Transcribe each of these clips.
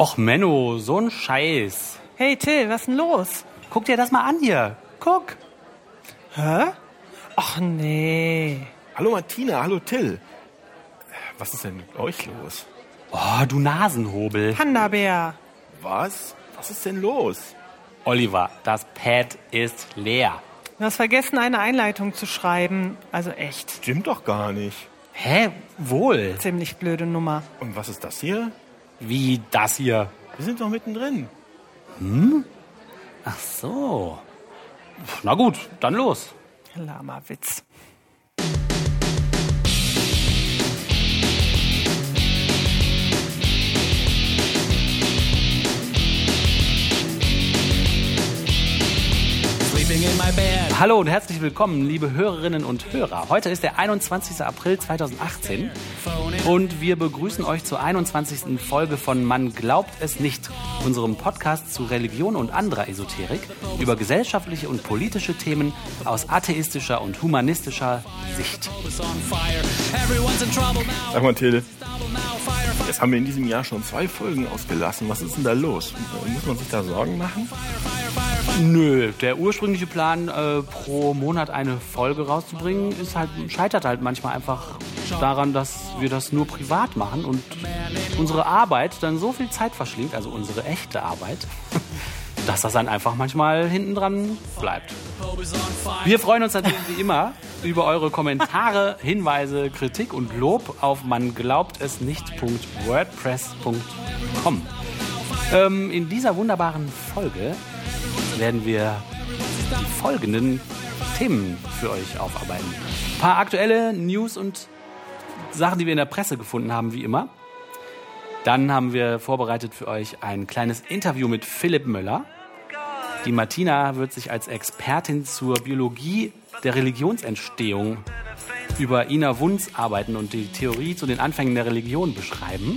Och Menno, so ein Scheiß. Hey Till, was ist denn los? Guck dir das mal an hier. Guck. Hä? Ach nee. Hallo Martina, hallo Till. Was ist denn mit euch los? Oh, du Nasenhobel. Panda-Bär. Was? Was ist denn los? Oliver, das Pad ist leer. Du hast vergessen, eine Einleitung zu schreiben. Also echt. Stimmt doch gar nicht. Hä? Wohl. Ziemlich blöde Nummer. Und was ist das hier? Wie das hier? Wir sind doch mittendrin. Ach so. Na gut, dann los. Lahmer Witz. Hallo und herzlich willkommen, liebe Hörerinnen und Hörer. Heute ist der 21. April 2018 und wir begrüßen euch zur 21. Folge von Man glaubt es nicht, unserem Podcast zu Religion und anderer Esoterik über gesellschaftliche und politische Themen aus atheistischer und humanistischer Sicht. Sag mal Till, jetzt haben wir in diesem Jahr schon 2 Folgen ausgelassen. Was ist denn da los? Muss man sich da Sorgen machen? Nö, der ursprüngliche Plan, pro Monat eine Folge rauszubringen, scheitert halt manchmal einfach daran, dass wir das nur privat machen und unsere Arbeit dann so viel Zeit verschlingt, also unsere echte Arbeit, dass das dann einfach manchmal hinten dran bleibt. Wir freuen uns natürlich wie immer über eure Kommentare, Hinweise, Kritik und Lob auf manglaubtesnicht.wordpress.com. In dieser wunderbaren Folge werden wir die folgenden Themen für euch aufarbeiten. Ein paar aktuelle News und Sachen, die wir in der Presse gefunden haben, wie immer. Dann haben wir vorbereitet für euch ein kleines Interview mit Philipp Möller. Die Martina wird sich als Expertin zur Biologie der Religionsentstehung über Ina Wunz arbeiten und die Theorie zu den Anfängen der Religion beschreiben.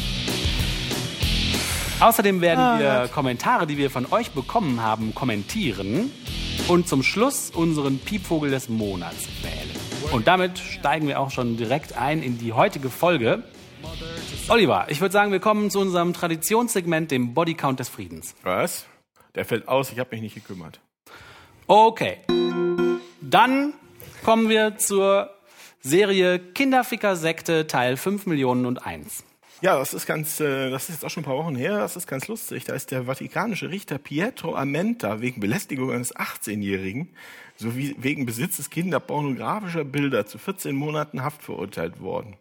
Außerdem werden wir Kommentare, die wir von euch bekommen haben, kommentieren und zum Schluss unseren Piepvogel des Monats wählen. Und damit steigen wir auch schon direkt ein in die heutige Folge. Oliver, ich würde sagen, wir kommen zu unserem Traditionssegment, dem Bodycount des Friedens. Was? Der fällt aus, ich habe mich nicht gekümmert. Okay. Dann kommen wir zur Serie Kinderficker-Sekte Teil 5.000.001. Ja, das ist jetzt auch schon ein paar Wochen her, das ist ganz lustig. Da ist der vatikanische Richter Pietro Amenta wegen Belästigung eines 18-Jährigen sowie wegen Besitzes kinderpornografischer Bilder zu 14 Monaten Haft verurteilt worden.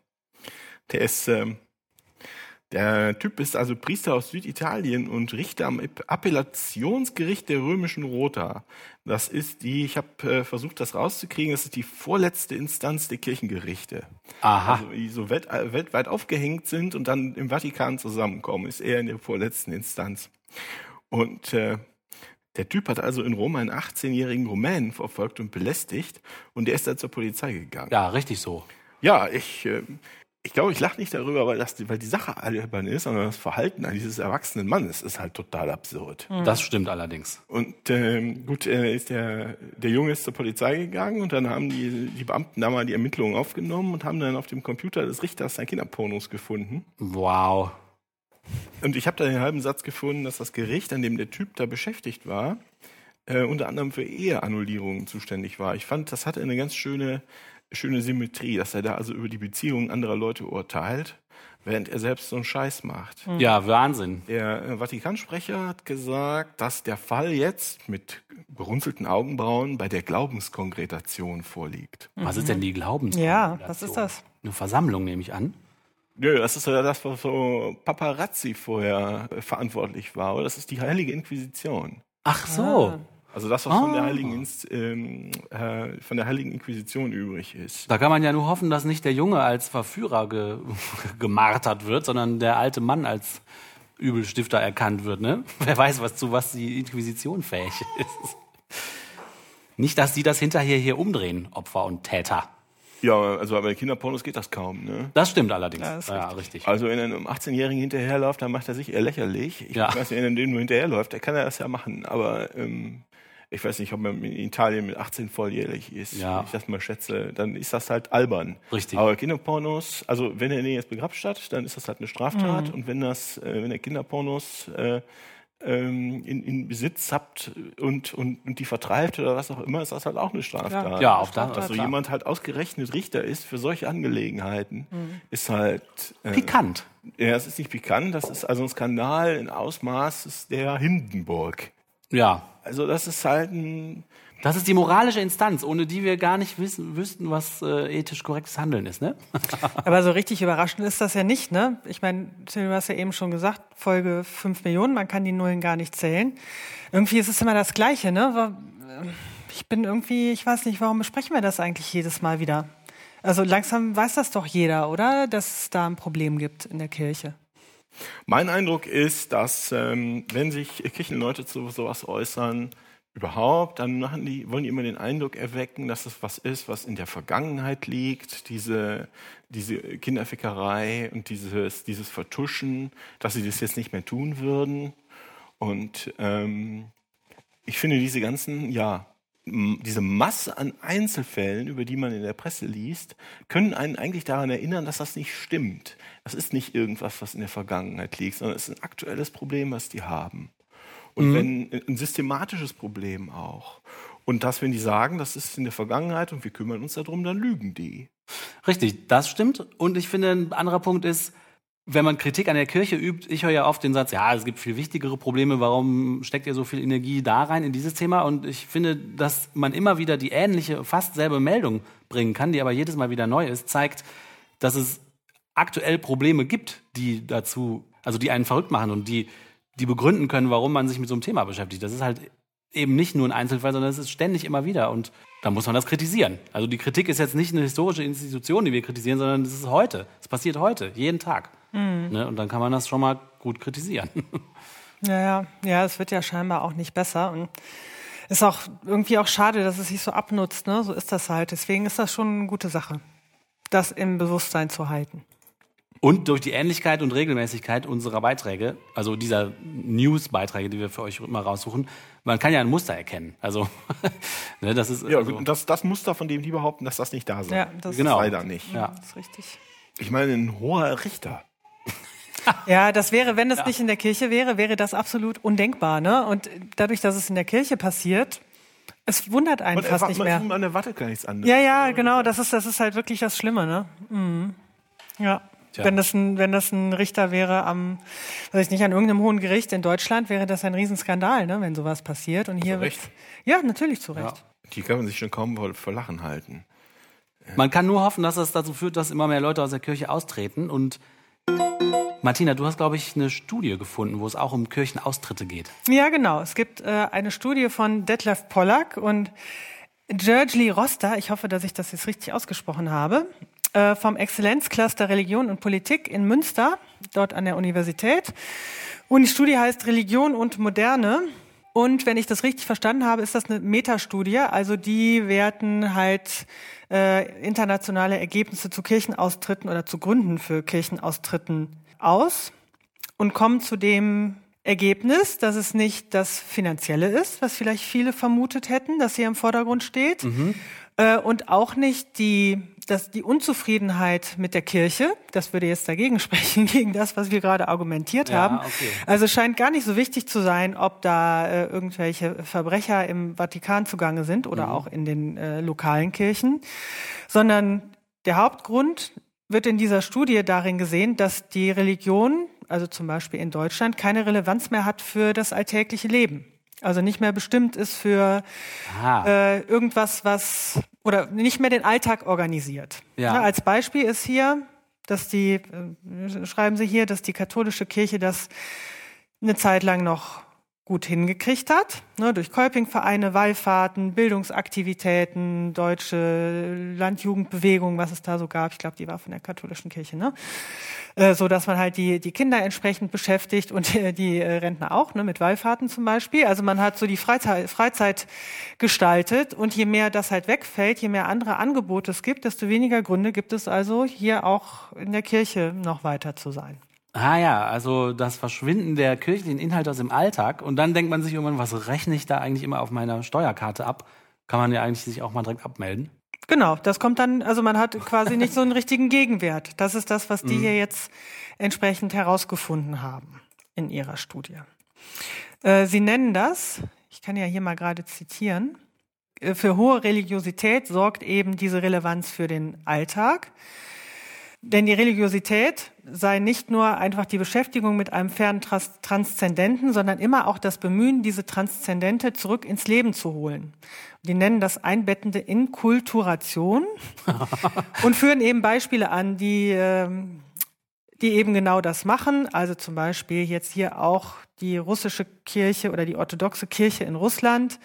Der Typ ist also Priester aus Süditalien und Richter am Appellationsgericht der römischen Rota. Das ist ich habe versucht, das rauszukriegen, das ist die vorletzte Instanz der Kirchengerichte. Aha. Also die so weltweit aufgehängt sind und dann im Vatikan zusammenkommen, ist eher in der vorletzten Instanz. Und der Typ hat also in Rom einen 18-jährigen Rumänen verfolgt und belästigt und der ist dann zur Polizei gegangen. Ja, richtig so. Ja, ich glaube, ich lache nicht darüber, weil die Sache albern ist, sondern das Verhalten dieses erwachsenen Mannes ist halt total absurd. Das stimmt allerdings. Und ist der Junge ist zur Polizei gegangen und dann haben die Beamten da mal die Ermittlungen aufgenommen und haben dann auf dem Computer des Richters seine Kinderpornos gefunden. Wow. Und ich habe da den halben Satz gefunden, dass das Gericht, an dem der Typ da beschäftigt war, unter anderem für Eheannullierungen zuständig war. Ich fand, das hatte eine ganz schöne Symmetrie, dass er da also über die Beziehungen anderer Leute urteilt, während er selbst so einen Scheiß macht. Ja, Wahnsinn. Der Vatikansprecher hat gesagt, dass der Fall jetzt mit gerunzelten Augenbrauen bei der Glaubenskongregation vorliegt. Was ist denn die Glaubenskongregation? Ja, was ist das? Eine Versammlung, nehme ich an. Nö, das ist ja das, was so Paparazzi vorher verantwortlich war. Oder? Das ist die Heilige Inquisition. Ach so. Also das, was von der Heiligen Inquisition übrig ist. Da kann man ja nur hoffen, dass nicht der Junge als Verführer gemartert wird, sondern der alte Mann als Übelstifter erkannt wird. Ne? Wer weiß, was die Inquisition fähig ist. Nicht, dass die das hinterher hier umdrehen, Opfer und Täter. Ja, also bei Kinderpornos geht das kaum, ne? Das stimmt allerdings. Ja, richtig. Also wenn er einem 18-Jährigen hinterherläuft, dann macht er sich eher lächerlich. Ich weiß nicht, wenn er dem nur hinterherläuft, dann kann er das ja machen. Aber ich weiß nicht, ob man in Italien mit 18 volljährig ist, Ja. wenn ich das mal schätze, dann ist das halt albern. Richtig. Aber Kinderpornos, also wenn er jetzt begrapscht, dann ist das halt eine Straftat. Und wenn ihr Kinderpornos in Besitz habt und die vertreibt oder was auch immer, ist das halt auch eine Straftat. Ja, auch da. Also klar. jemand halt ausgerechnet Richter ist für solche Angelegenheiten, ist halt... Pikant. Ja, es ist nicht pikant, das ist also ein Skandal in Ausmaß der Hindenburg. Ja. Also das ist halt Das ist die moralische Instanz, ohne die wir gar nicht wüssten, was ethisch korrektes Handeln ist, ne? Aber so richtig überraschend ist das ja nicht, ne? Ich meine, du hast ja eben schon gesagt, Folge 5 Millionen, man kann die Nullen gar nicht zählen. Irgendwie ist es immer das Gleiche, ne? Ich weiß nicht, warum besprechen wir das eigentlich jedes Mal wieder? Also langsam weiß das doch jeder, oder? Dass es da ein Problem gibt in der Kirche. Mein Eindruck ist, dass wenn sich Kirchenleute zu sowas äußern, überhaupt, dann wollen die immer den Eindruck erwecken, dass es was ist, was in der Vergangenheit liegt, diese Kinderfickerei und dieses Vertuschen, dass sie das jetzt nicht mehr tun würden. Und ich finde diese Masse an Einzelfällen, über die man in der Presse liest, können einen eigentlich daran erinnern, dass das nicht stimmt. Das ist nicht irgendwas, was in der Vergangenheit liegt, sondern es ist ein aktuelles Problem, was die haben. Und wenn ein systematisches Problem auch. Und wenn die sagen, das ist in der Vergangenheit und wir kümmern uns darum, dann lügen die. Richtig, das stimmt. Und ich finde, ein anderer Punkt ist, wenn man Kritik an der Kirche übt, ich höre ja oft den Satz, ja, es gibt viel wichtigere Probleme, warum steckt ihr so viel Energie da rein in dieses Thema? Und ich finde, dass man immer wieder die ähnliche, fast selbe Meldung bringen kann, die aber jedes Mal wieder neu ist, zeigt, dass es aktuell Probleme gibt, die einen verrückt machen und die begründen können, warum man sich mit so einem Thema beschäftigt. Das ist halt eben nicht nur ein Einzelfall, sondern es ist ständig immer wieder. Und da muss man das kritisieren. Also die Kritik ist jetzt nicht eine historische Institution, die wir kritisieren, sondern es ist heute. Es passiert heute, jeden Tag. Ne? Und dann kann man das schon mal gut kritisieren. Ja, es wird ja scheinbar auch nicht besser. Und ist auch irgendwie auch schade, dass es sich so abnutzt. Ne? So ist das halt. Deswegen ist das schon eine gute Sache, das im Bewusstsein zu halten. Und durch die Ähnlichkeit und Regelmäßigkeit unserer Beiträge, also dieser News-Beiträge, die wir für euch immer raussuchen, man kann ja ein Muster erkennen. Also, ne, das ist das Muster, von dem die behaupten, dass das nicht da sei. Ja, das ist leider nicht. Ja. Das ist richtig. Ich meine, ein hoher Richter. Ja, das wäre, wenn das nicht in der Kirche wäre das absolut undenkbar, ne? Und dadurch, dass es in der Kirche passiert, es wundert einen fast nicht mehr. An der Vatikan nichts anderes. Ja, genau, das ist halt wirklich das Schlimme, ne? Mhm. Ja. Tja. Wenn das ein Richter wäre an irgendeinem hohen Gericht in Deutschland, wäre das ein Riesenskandal, ne, wenn sowas passiert. Und hier Recht. Ja, natürlich zu Recht. Ja. Die kann man sich schon kaum vor Lachen halten. Man kann nur hoffen, dass das dazu führt, dass immer mehr Leute aus der Kirche austreten. Und Martina, du hast, glaube ich, eine Studie gefunden, wo es auch um Kirchenaustritte geht. Ja, genau. Es gibt eine Studie von Detlef Pollack und György Rosta, ich hoffe, dass ich das jetzt richtig ausgesprochen habe, vom Exzellenzcluster Religion und Politik in Münster, dort an der Universität. Und die Studie heißt Religion und Moderne. Und wenn ich das richtig verstanden habe, ist das eine Metastudie. Also die werten halt internationale Ergebnisse zu Kirchenaustritten oder zu Gründen für Kirchenaustritten aus und kommen zu dem Ergebnis, dass es nicht das Finanzielle ist, was vielleicht viele vermutet hätten, dass hier im Vordergrund steht. Und auch nicht die Unzufriedenheit mit der Kirche, das würde jetzt dagegen sprechen, gegen das, was wir gerade argumentiert haben. Okay. Also scheint gar nicht so wichtig zu sein, ob da irgendwelche Verbrecher im Vatikan zugange sind oder auch in den lokalen Kirchen, sondern der Hauptgrund wird in dieser Studie darin gesehen, dass die Religion, also zum Beispiel in Deutschland, keine Relevanz mehr hat für das alltägliche Leben. Also nicht mehr bestimmt ist für irgendwas, oder nicht mehr den Alltag organisiert. Ja. Als Beispiel ist hier, schreiben Sie hier, dass die katholische Kirche das eine Zeit lang noch gut hingekriegt hat, ne, durch Kolpingvereine, Wallfahrten, Bildungsaktivitäten, deutsche Landjugendbewegung, was es da so gab. Ich glaube, die war von der katholischen Kirche, ne? So dass man halt die Kinder entsprechend beschäftigt und die Rentner auch, ne, mit Wallfahrten zum Beispiel. Also man hat so die Freizeit gestaltet und je mehr das halt wegfällt, je mehr andere Angebote es gibt, desto weniger Gründe gibt es also, hier auch in der Kirche noch weiter zu sein. Ah ja, also das Verschwinden der kirchlichen Inhalte aus dem Alltag. Und dann denkt man sich irgendwann, was rechne ich da eigentlich immer auf meiner Steuerkarte ab? Kann man ja eigentlich sich auch mal direkt abmelden. Genau, das kommt dann, also man hat quasi nicht so einen richtigen Gegenwert. Das ist das, was die hier jetzt entsprechend herausgefunden haben in ihrer Studie. Sie nennen das, ich kann ja hier mal gerade zitieren, für hohe Religiosität sorgt eben diese Relevanz für den Alltag. Denn die Religiosität sei nicht nur einfach die Beschäftigung mit einem fernen Transzendenten, sondern immer auch das Bemühen, diese Transzendente zurück ins Leben zu holen. Die nennen das einbettende Inkulturation und führen eben Beispiele an, die eben genau das machen. Also zum Beispiel jetzt hier auch die russische Kirche oder die orthodoxe Kirche in Russland,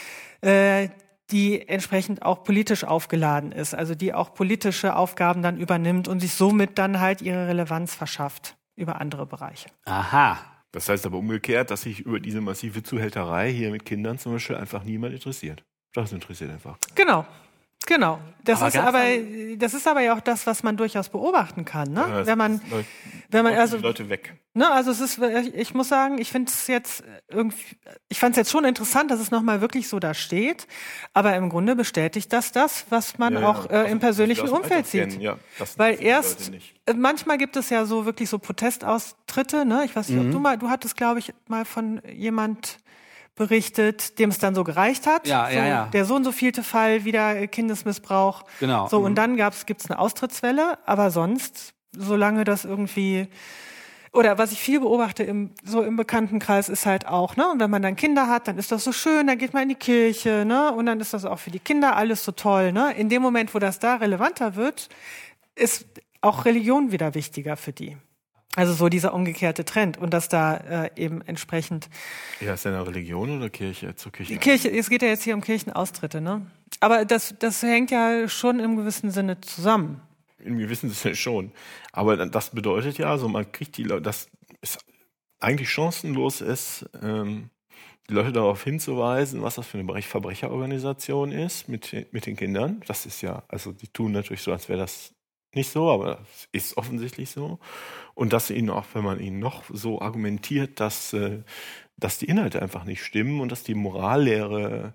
die entsprechend auch politisch aufgeladen ist, also die auch politische Aufgaben dann übernimmt und sich somit dann halt ihre Relevanz verschafft über andere Bereiche. Aha. Das heißt aber umgekehrt, dass sich über diese massive Zuhälterei hier mit Kindern zum Beispiel einfach niemand interessiert. Das interessiert einfach. Genau. Das Aber ist aber ja auch das, was man durchaus beobachten kann, ne? Ja, wenn man also die Leute weg. Ne, also es ist, ich muss sagen, ich fand es jetzt schon interessant, dass es nochmal wirklich so da steht. Aber im Grunde bestätigt das, was man auch im persönlichen Umfeld sieht. Ja, weil manchmal gibt es ja so wirklich so Protestaustritte, ne? Ich weiß nicht, ob du hattest, glaube ich, mal von jemand berichtet, dem es dann so gereicht hat. Ja. Der so und so vielte Fall wieder Kindesmissbrauch. Genau. So, und dann gibt's eine Austrittswelle, aber sonst, solange das irgendwie, oder was ich viel beobachte im Bekanntenkreis ist halt auch, ne, und wenn man dann Kinder hat, dann ist das so schön, dann geht man in die Kirche, ne, und dann ist das auch für die Kinder alles so toll, ne. In dem Moment, wo das da relevanter wird, ist auch Religion wieder wichtiger für die. Also so dieser umgekehrte Trend und dass da eben entsprechend... Ja, ist ja eine Religion oder Kirche? Zur Kirche? Es geht ja jetzt hier um Kirchenaustritte, ne? Aber das hängt ja schon im gewissen Sinne zusammen. Im gewissen Sinne schon. Aber das bedeutet ja, also man kriegt die Leute, dass es eigentlich chancenlos ist, die Leute darauf hinzuweisen, was das für eine Verbrecherorganisation ist mit den Kindern. Das ist ja, also die tun natürlich so, als wäre das nicht so, aber es ist offensichtlich so. Und dass ihnen auch, wenn man ihnen noch so argumentiert, dass die Inhalte einfach nicht stimmen und dass die Morallehre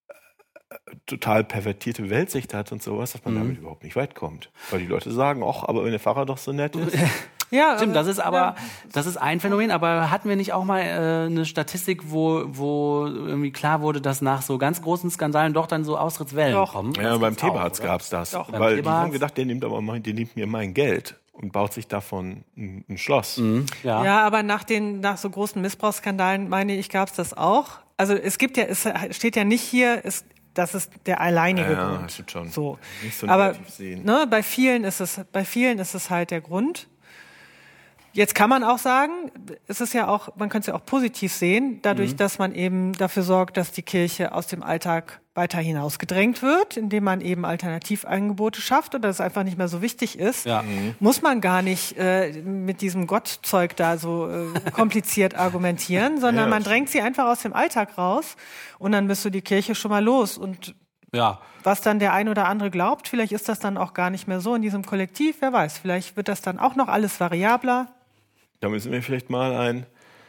total pervertierte Weltsicht hat und sowas, dass man damit überhaupt nicht weit kommt. Weil die Leute sagen, ach, aber wenn der Pfarrer doch so nett ist. Ja, stimmt, das ist ein Phänomen, aber hatten wir nicht auch mal eine Statistik, wo irgendwie klar wurde, dass nach so ganz großen Skandalen doch dann so Austrittswellen kommen? Ja, beim Theberhardt gab's das. Doch. Weil die haben gedacht, der nimmt mir mein Geld und baut sich davon ein Schloss. Ja, aber nach so großen Missbrauchsskandalen, meine ich, gab's das auch. Also es steht ja nicht hier, das ist der alleinige Grund. Das stimmt schon. So. Nicht so aber negativ sehen. Ne, bei vielen ist es halt der Grund. Jetzt kann man auch sagen, man könnte es ja auch positiv sehen, dadurch, dass man eben dafür sorgt, dass die Kirche aus dem Alltag weiter hinausgedrängt wird, indem man eben Alternativangebote schafft oder es einfach nicht mehr so wichtig ist, muss man gar nicht mit diesem Gottzeug da so kompliziert argumentieren, sondern man drängt sie einfach aus dem Alltag raus und dann bist du die Kirche schon mal los und was dann der ein oder andere glaubt, vielleicht ist das dann auch gar nicht mehr so in diesem Kollektiv, wer weiß, vielleicht wird das dann auch noch alles variabler. Da müssen wir vielleicht mal ein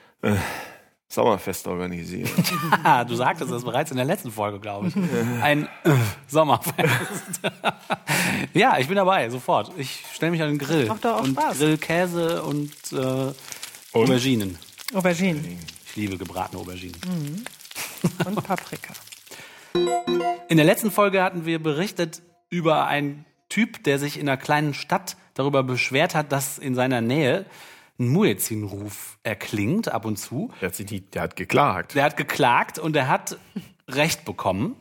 Sommerfest organisieren. Du sagtest es bereits in der letzten Folge, glaube ich. Ein Sommerfest. Ja, ich bin dabei, sofort. Ich stelle mich an den Grill. Macht doch auch und Spaß. Grillkäse und Auberginen. Auberginen. Ich liebe gebratene Auberginen. Und Paprika. In der letzten Folge hatten wir berichtet über einen Typ, der sich in einer kleinen Stadt darüber beschwert hat, dass in seiner Nähe ein Muezzinruf erklingt ab und zu. Der hat geklagt. Der hat geklagt und er hat Recht bekommen.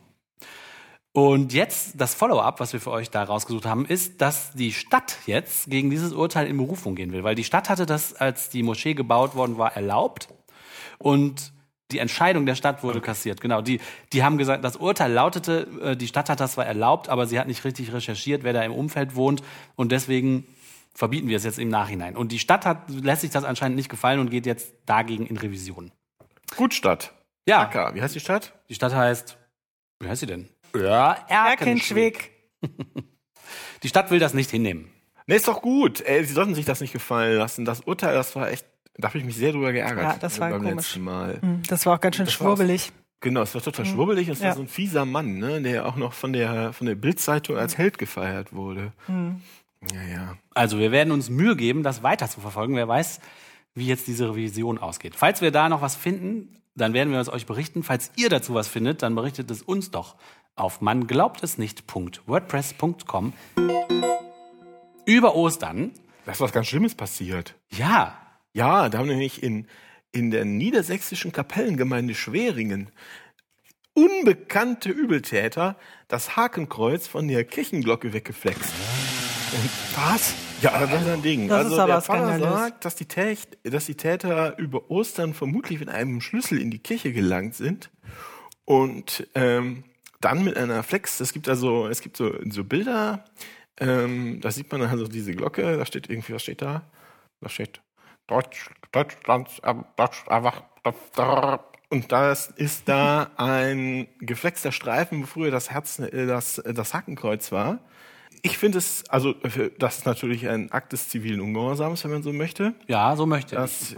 Und jetzt das Follow-up, was wir für euch da rausgesucht haben, ist, dass die Stadt jetzt gegen dieses Urteil in Berufung gehen will. Weil die Stadt hatte das, als die Moschee gebaut worden war, erlaubt. Und die Entscheidung der Stadt wurde kassiert. Genau, die haben gesagt, das Urteil lautete, die Stadt hat das zwar erlaubt, aber sie hat nicht richtig recherchiert, wer da im Umfeld wohnt. Und deswegen verbieten wir es jetzt im Nachhinein. Und die Stadt lässt sich das anscheinend nicht gefallen und geht jetzt dagegen in Revision. Gutstadt. Ja. Acker. Wie heißt die Stadt? Die Stadt heißt, wie heißt sie denn? Ja, Erkenschwick. Die Stadt will das nicht hinnehmen. Nee, ist doch gut. Ey, sie sollten sich das nicht gefallen lassen. Das Urteil, das war echt, da habe ich mich sehr drüber geärgert. Ja, das war beim komisch. letzten Mal. Das war auch ganz schön schwurbelig. Genau, es war total schwurbelig und es war so ein fieser Mann, ne, der auch noch von der Bild-Zeitung als Held gefeiert wurde. Ja. Also wir werden uns Mühe geben, das weiter zu verfolgen. Wer weiß, wie jetzt diese Revision ausgeht. Falls wir da noch was finden, dann werden wir es euch berichten. Falls ihr dazu was findet, dann berichtet es uns doch auf manglaubtesnicht.wordpress.com. Über Ostern. Da ist was ganz Schlimmes passiert. Ja. Ja, da haben nämlich in der niedersächsischen Kapellengemeinde Schweringen unbekannte Übeltäter das Hakenkreuz von der Kirchenglocke weggeflext. Was? Ja, das ist ein Ding. Das Also ist aber der Pfarrer skandalös. sagt, dass die Täter über Ostern vermutlich mit einem Schlüssel in die Kirche gelangt sind und dann mit einer Flex, es gibt so Bilder, da sieht man also diese Glocke, da steht irgendwie, was steht da? Da steht Deutschland erwacht. Und da ist da ein geflexter Streifen, wo früher das Hakenkreuz war. Ich finde es, also das ist natürlich ein Akt des zivilen Ungehorsams, wenn man so möchte. Ja, so möchte ich. Das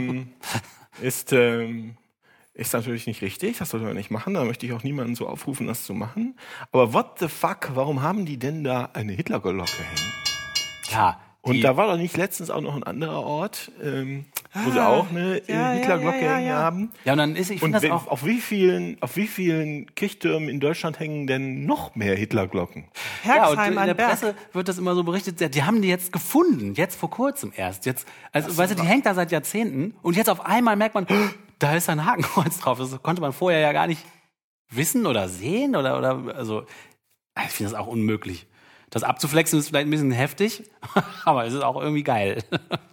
ist natürlich nicht richtig, das sollte man nicht machen, da möchte ich auch niemanden so aufrufen, das zu machen. Aber what the fuck, warum haben die denn da eine Hitlerglocke hängen? Ja. Und da war doch nicht letztens auch noch ein anderer Ort, wo sie auch eine Hitlerglocke hängen haben. Ja, und dann ist, ich finde das auch... Auf wie vielen Kirchtürmen in Deutschland hängen denn noch mehr Hitlerglocken? Ja, und Herxheim in an der Berg. Presse wird das immer so berichtet, die haben die jetzt gefunden, jetzt vor kurzem erst. Also, weißt du, die hängt da seit Jahrzehnten und jetzt auf einmal merkt man, da ist ein Hakenkreuz drauf. Das konnte man vorher ja gar nicht wissen oder sehen oder also, ich finde das auch unmöglich. Das abzuflexen ist vielleicht ein bisschen heftig, aber es ist auch irgendwie geil.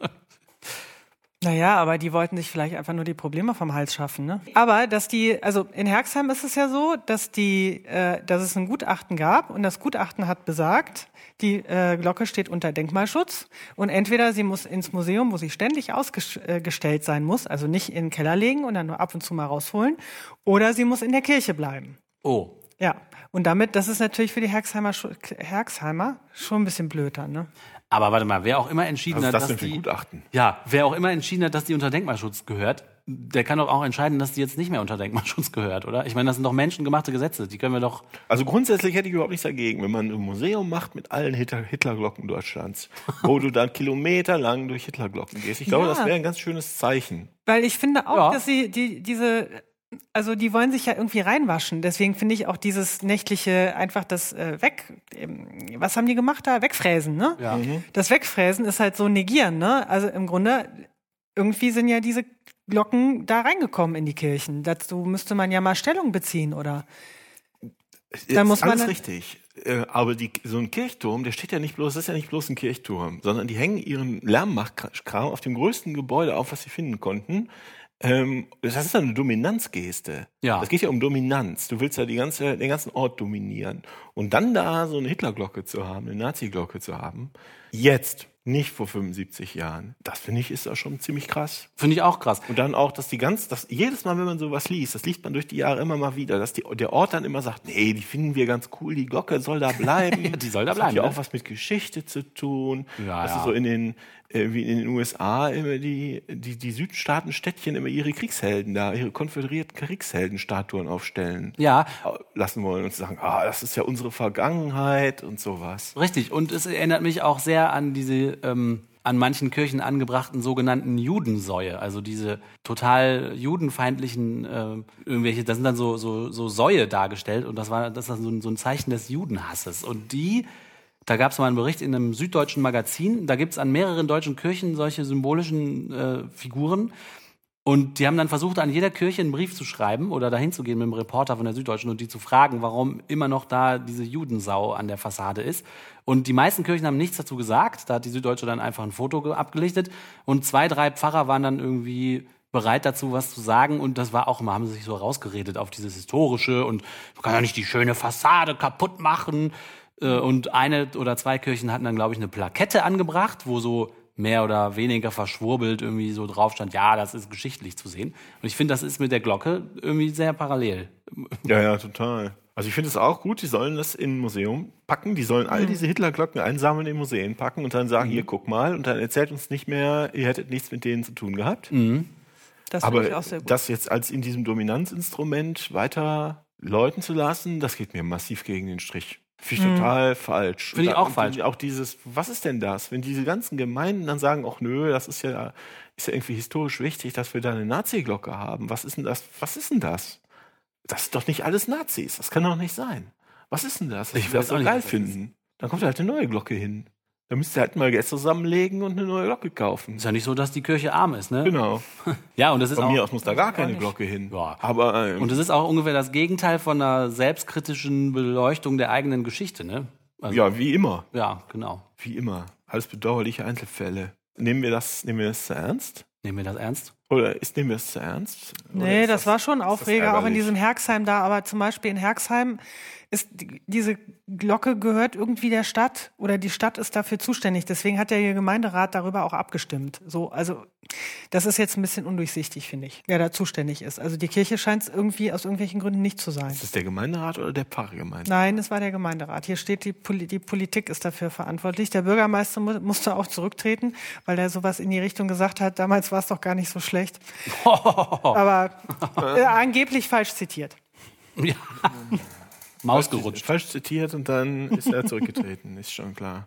Naja, aber die wollten sich vielleicht einfach nur die Probleme vom Hals schaffen, ne? Aber also in Herxheim ist es ja so, dass es ein Gutachten gab und das Gutachten hat besagt, die Glocke steht unter Denkmalschutz und entweder sie muss ins Museum, wo sie ständig ausgestellt sein muss, also nicht in den Keller legen und dann nur ab und zu mal rausholen, oder sie muss in der Kirche bleiben. Oh. Ja, und das ist natürlich für die Herxheimer schon ein bisschen blöd dann, ne? Aber warte mal, wer auch immer entschieden hat, Was ist das denn für Gutachten? Ja, wer auch immer entschieden hat, dass die unter Denkmalschutz gehört, der kann doch auch entscheiden, dass die jetzt nicht mehr unter Denkmalschutz gehört, oder? Ich meine, das sind doch menschengemachte Gesetze, die können wir doch... Also grundsätzlich hätte ich überhaupt nichts dagegen, wenn man ein Museum macht mit allen Hitlerglocken Deutschlands, wo du dann kilometerlang durch Hitlerglocken gehst. Ich glaube, das wäre ein ganz schönes Zeichen. Weil ich finde auch, dass sie die wollen sich ja irgendwie reinwaschen. Deswegen finde ich auch dieses nächtliche, einfach das was haben die gemacht da? Wegfräsen, ne? Ja. Das Wegfräsen ist halt so negieren, ne? Also im Grunde, irgendwie sind ja diese Glocken da reingekommen in die Kirchen. Dazu müsste man ja mal Stellung beziehen, oder? Da muss man alles richtig. Aber so ein Kirchturm, das ist ja nicht bloß ein Kirchturm, sondern die hängen ihren Lärmmachkram auf dem größten Gebäude auf, was sie finden konnten. Das ist eine Dominanzgeste. Ja. Das geht ja um Dominanz. Du willst ja den ganzen Ort dominieren. Und dann da so eine Hitlerglocke zu haben, eine Nazi-Glocke zu haben, jetzt, nicht vor 75 Jahren, das finde ich ist auch schon ziemlich krass. Finde ich auch krass. Und dann auch, dass jedes Mal, wenn man sowas liest, das liest man durch die Jahre immer mal wieder, dass der Ort dann immer sagt, nee, die finden wir ganz cool, die Glocke soll da bleiben. Ja, die soll da das bleiben. hat ja Ne? auch was mit Geschichte zu tun. Ja, das ist so wie in den USA immer die Südstaatenstädtchen immer ihre Kriegshelden da, ihre konföderierten Kriegsheldenstatuen aufstellen. Ja. Lassen wollen und sagen, das ist ja unsere Vergangenheit und sowas. Richtig. Und es erinnert mich auch sehr an diese an manchen Kirchen angebrachten sogenannten Judensäue, also diese total judenfeindlichen irgendwelche, das sind dann so Säue dargestellt und das ist so ein Zeichen des Judenhasses. Und da gab es mal einen Bericht in einem süddeutschen Magazin, da gibt es an mehreren deutschen Kirchen solche symbolischen Figuren. Und die haben dann versucht, an jeder Kirche einen Brief zu schreiben oder dahin zu gehen mit einem Reporter von der Süddeutschen und die zu fragen, warum immer noch da diese Judensau an der Fassade ist. Und die meisten Kirchen haben nichts dazu gesagt. Da hat die Süddeutsche dann einfach ein Foto abgelichtet. Und 2, 3 Pfarrer waren dann irgendwie bereit dazu, was zu sagen. Und das war auch immer, haben sie sich so rausgeredet auf dieses Historische. Und man kann ja nicht die schöne Fassade kaputt machen. Und 1 oder 2 Kirchen hatten dann, glaube ich, eine Plakette angebracht, wo so mehr oder weniger verschwurbelt irgendwie so drauf stand, ja, das ist geschichtlich zu sehen. Und ich finde, das ist mit der Glocke irgendwie sehr parallel. Ja, total. Also ich finde es auch gut, die sollen das in ein Museum packen, die sollen all diese Hitlerglocken einsammeln, in Museen packen und dann sagen, hier, guck mal, und dann erzählt uns nicht mehr, ihr hättet nichts mit denen zu tun gehabt. Das finde ich auch sehr gut. Das jetzt als in diesem Dominanzinstrument weiter läuten zu lassen, das geht mir massiv gegen den Strich. Finde ich total falsch. Finde ich auch falsch. Auch dieses, was ist denn das? Wenn diese ganzen Gemeinden dann sagen, ach nö, das ist ja irgendwie historisch wichtig, dass wir da eine Nazi-Glocke haben. Was ist denn das? Was ist denn das? Das ist doch nicht alles Nazis. Das kann doch nicht sein. Was ist denn das? Ich will das so geil finden. Dann kommt halt eine neue Glocke hin. Da müsst ihr halt mal Geld zusammenlegen und eine neue Glocke kaufen. Ist ja nicht so, dass die Kirche arm ist, ne? Genau. Ja, und das ist Von auch, mir aus muss da gar keine Glocke hin. Ja. Aber und das ist auch ungefähr das Gegenteil von einer selbstkritischen Beleuchtung der eigenen Geschichte, ne? Also, ja, wie immer. Ja, genau. Wie immer. Alles bedauerliche Einzelfälle. Nehmen wir das zu ernst? Nehmen wir das ernst? Oder nehmen wir es zu ernst? Nee, das war schon ein Aufreger, auch in diesem Herxheim da. Aber zum Beispiel in Herxheim ist diese Glocke gehört irgendwie der Stadt oder die Stadt ist dafür zuständig. Deswegen hat der Gemeinderat darüber auch abgestimmt. So, also das ist jetzt ein bisschen undurchsichtig, finde ich, wer da zuständig ist. Also die Kirche scheint es irgendwie aus irgendwelchen Gründen nicht zu sein. Ist das der Gemeinderat oder der Pfarrgemeinderat? Nein, es war der Gemeinderat. Hier steht, die Politik ist dafür verantwortlich. Der Bürgermeister musste auch zurücktreten, weil er sowas in die Richtung gesagt hat. Damals war es doch gar nicht so schlecht. Aber angeblich falsch zitiert. Ja. Maus gerutscht. Falsch zitiert und dann ist er zurückgetreten, ist schon klar.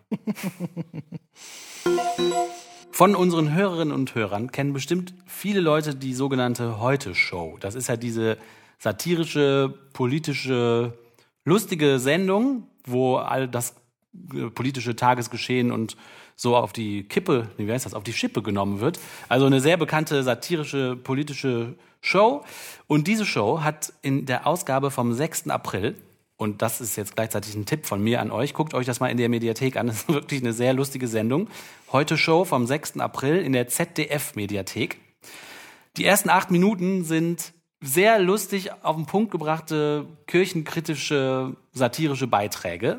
Von unseren Hörerinnen und Hörern kennen bestimmt viele Leute die sogenannte Heute-Show. Das ist ja diese satirische, politische, lustige Sendung, wo all das politische Tagesgeschehen und so auf die Kippe, wie heißt das, auf die Schippe genommen wird. Also eine sehr bekannte satirische, politische Show. Und diese Show hat in der Ausgabe vom 6. April, und das ist jetzt gleichzeitig ein Tipp von mir an euch, guckt euch das mal in der Mediathek an, das ist wirklich eine sehr lustige Sendung. Heute Show vom 6. April in der ZDF-Mediathek. Die ersten 8 Minuten sind sehr lustig auf den Punkt gebrachte kirchenkritische, satirische Beiträge.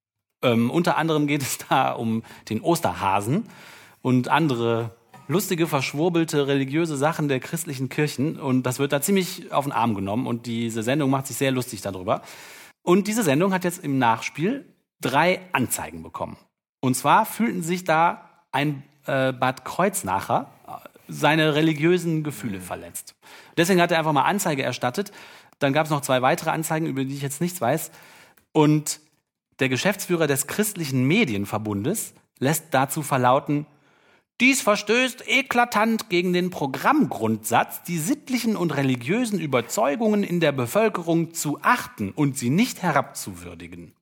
Unter anderem geht es da um den Osterhasen und andere lustige, verschwurbelte, religiöse Sachen der christlichen Kirchen. Und das wird da ziemlich auf den Arm genommen. Und diese Sendung macht sich sehr lustig darüber. Und diese Sendung hat jetzt im Nachspiel 3 Anzeigen bekommen. Und zwar fühlten sich da ein Bad Kreuznacher seine religiösen Gefühle verletzt. Deswegen hat er einfach mal Anzeige erstattet. Dann gab es noch 2 weitere Anzeigen, über die ich jetzt nichts weiß. Und der Geschäftsführer des Christlichen Medienverbundes lässt dazu verlauten: Dies verstößt eklatant gegen den Programmgrundsatz, die sittlichen und religiösen Überzeugungen in der Bevölkerung zu achten und sie nicht herabzuwürdigen.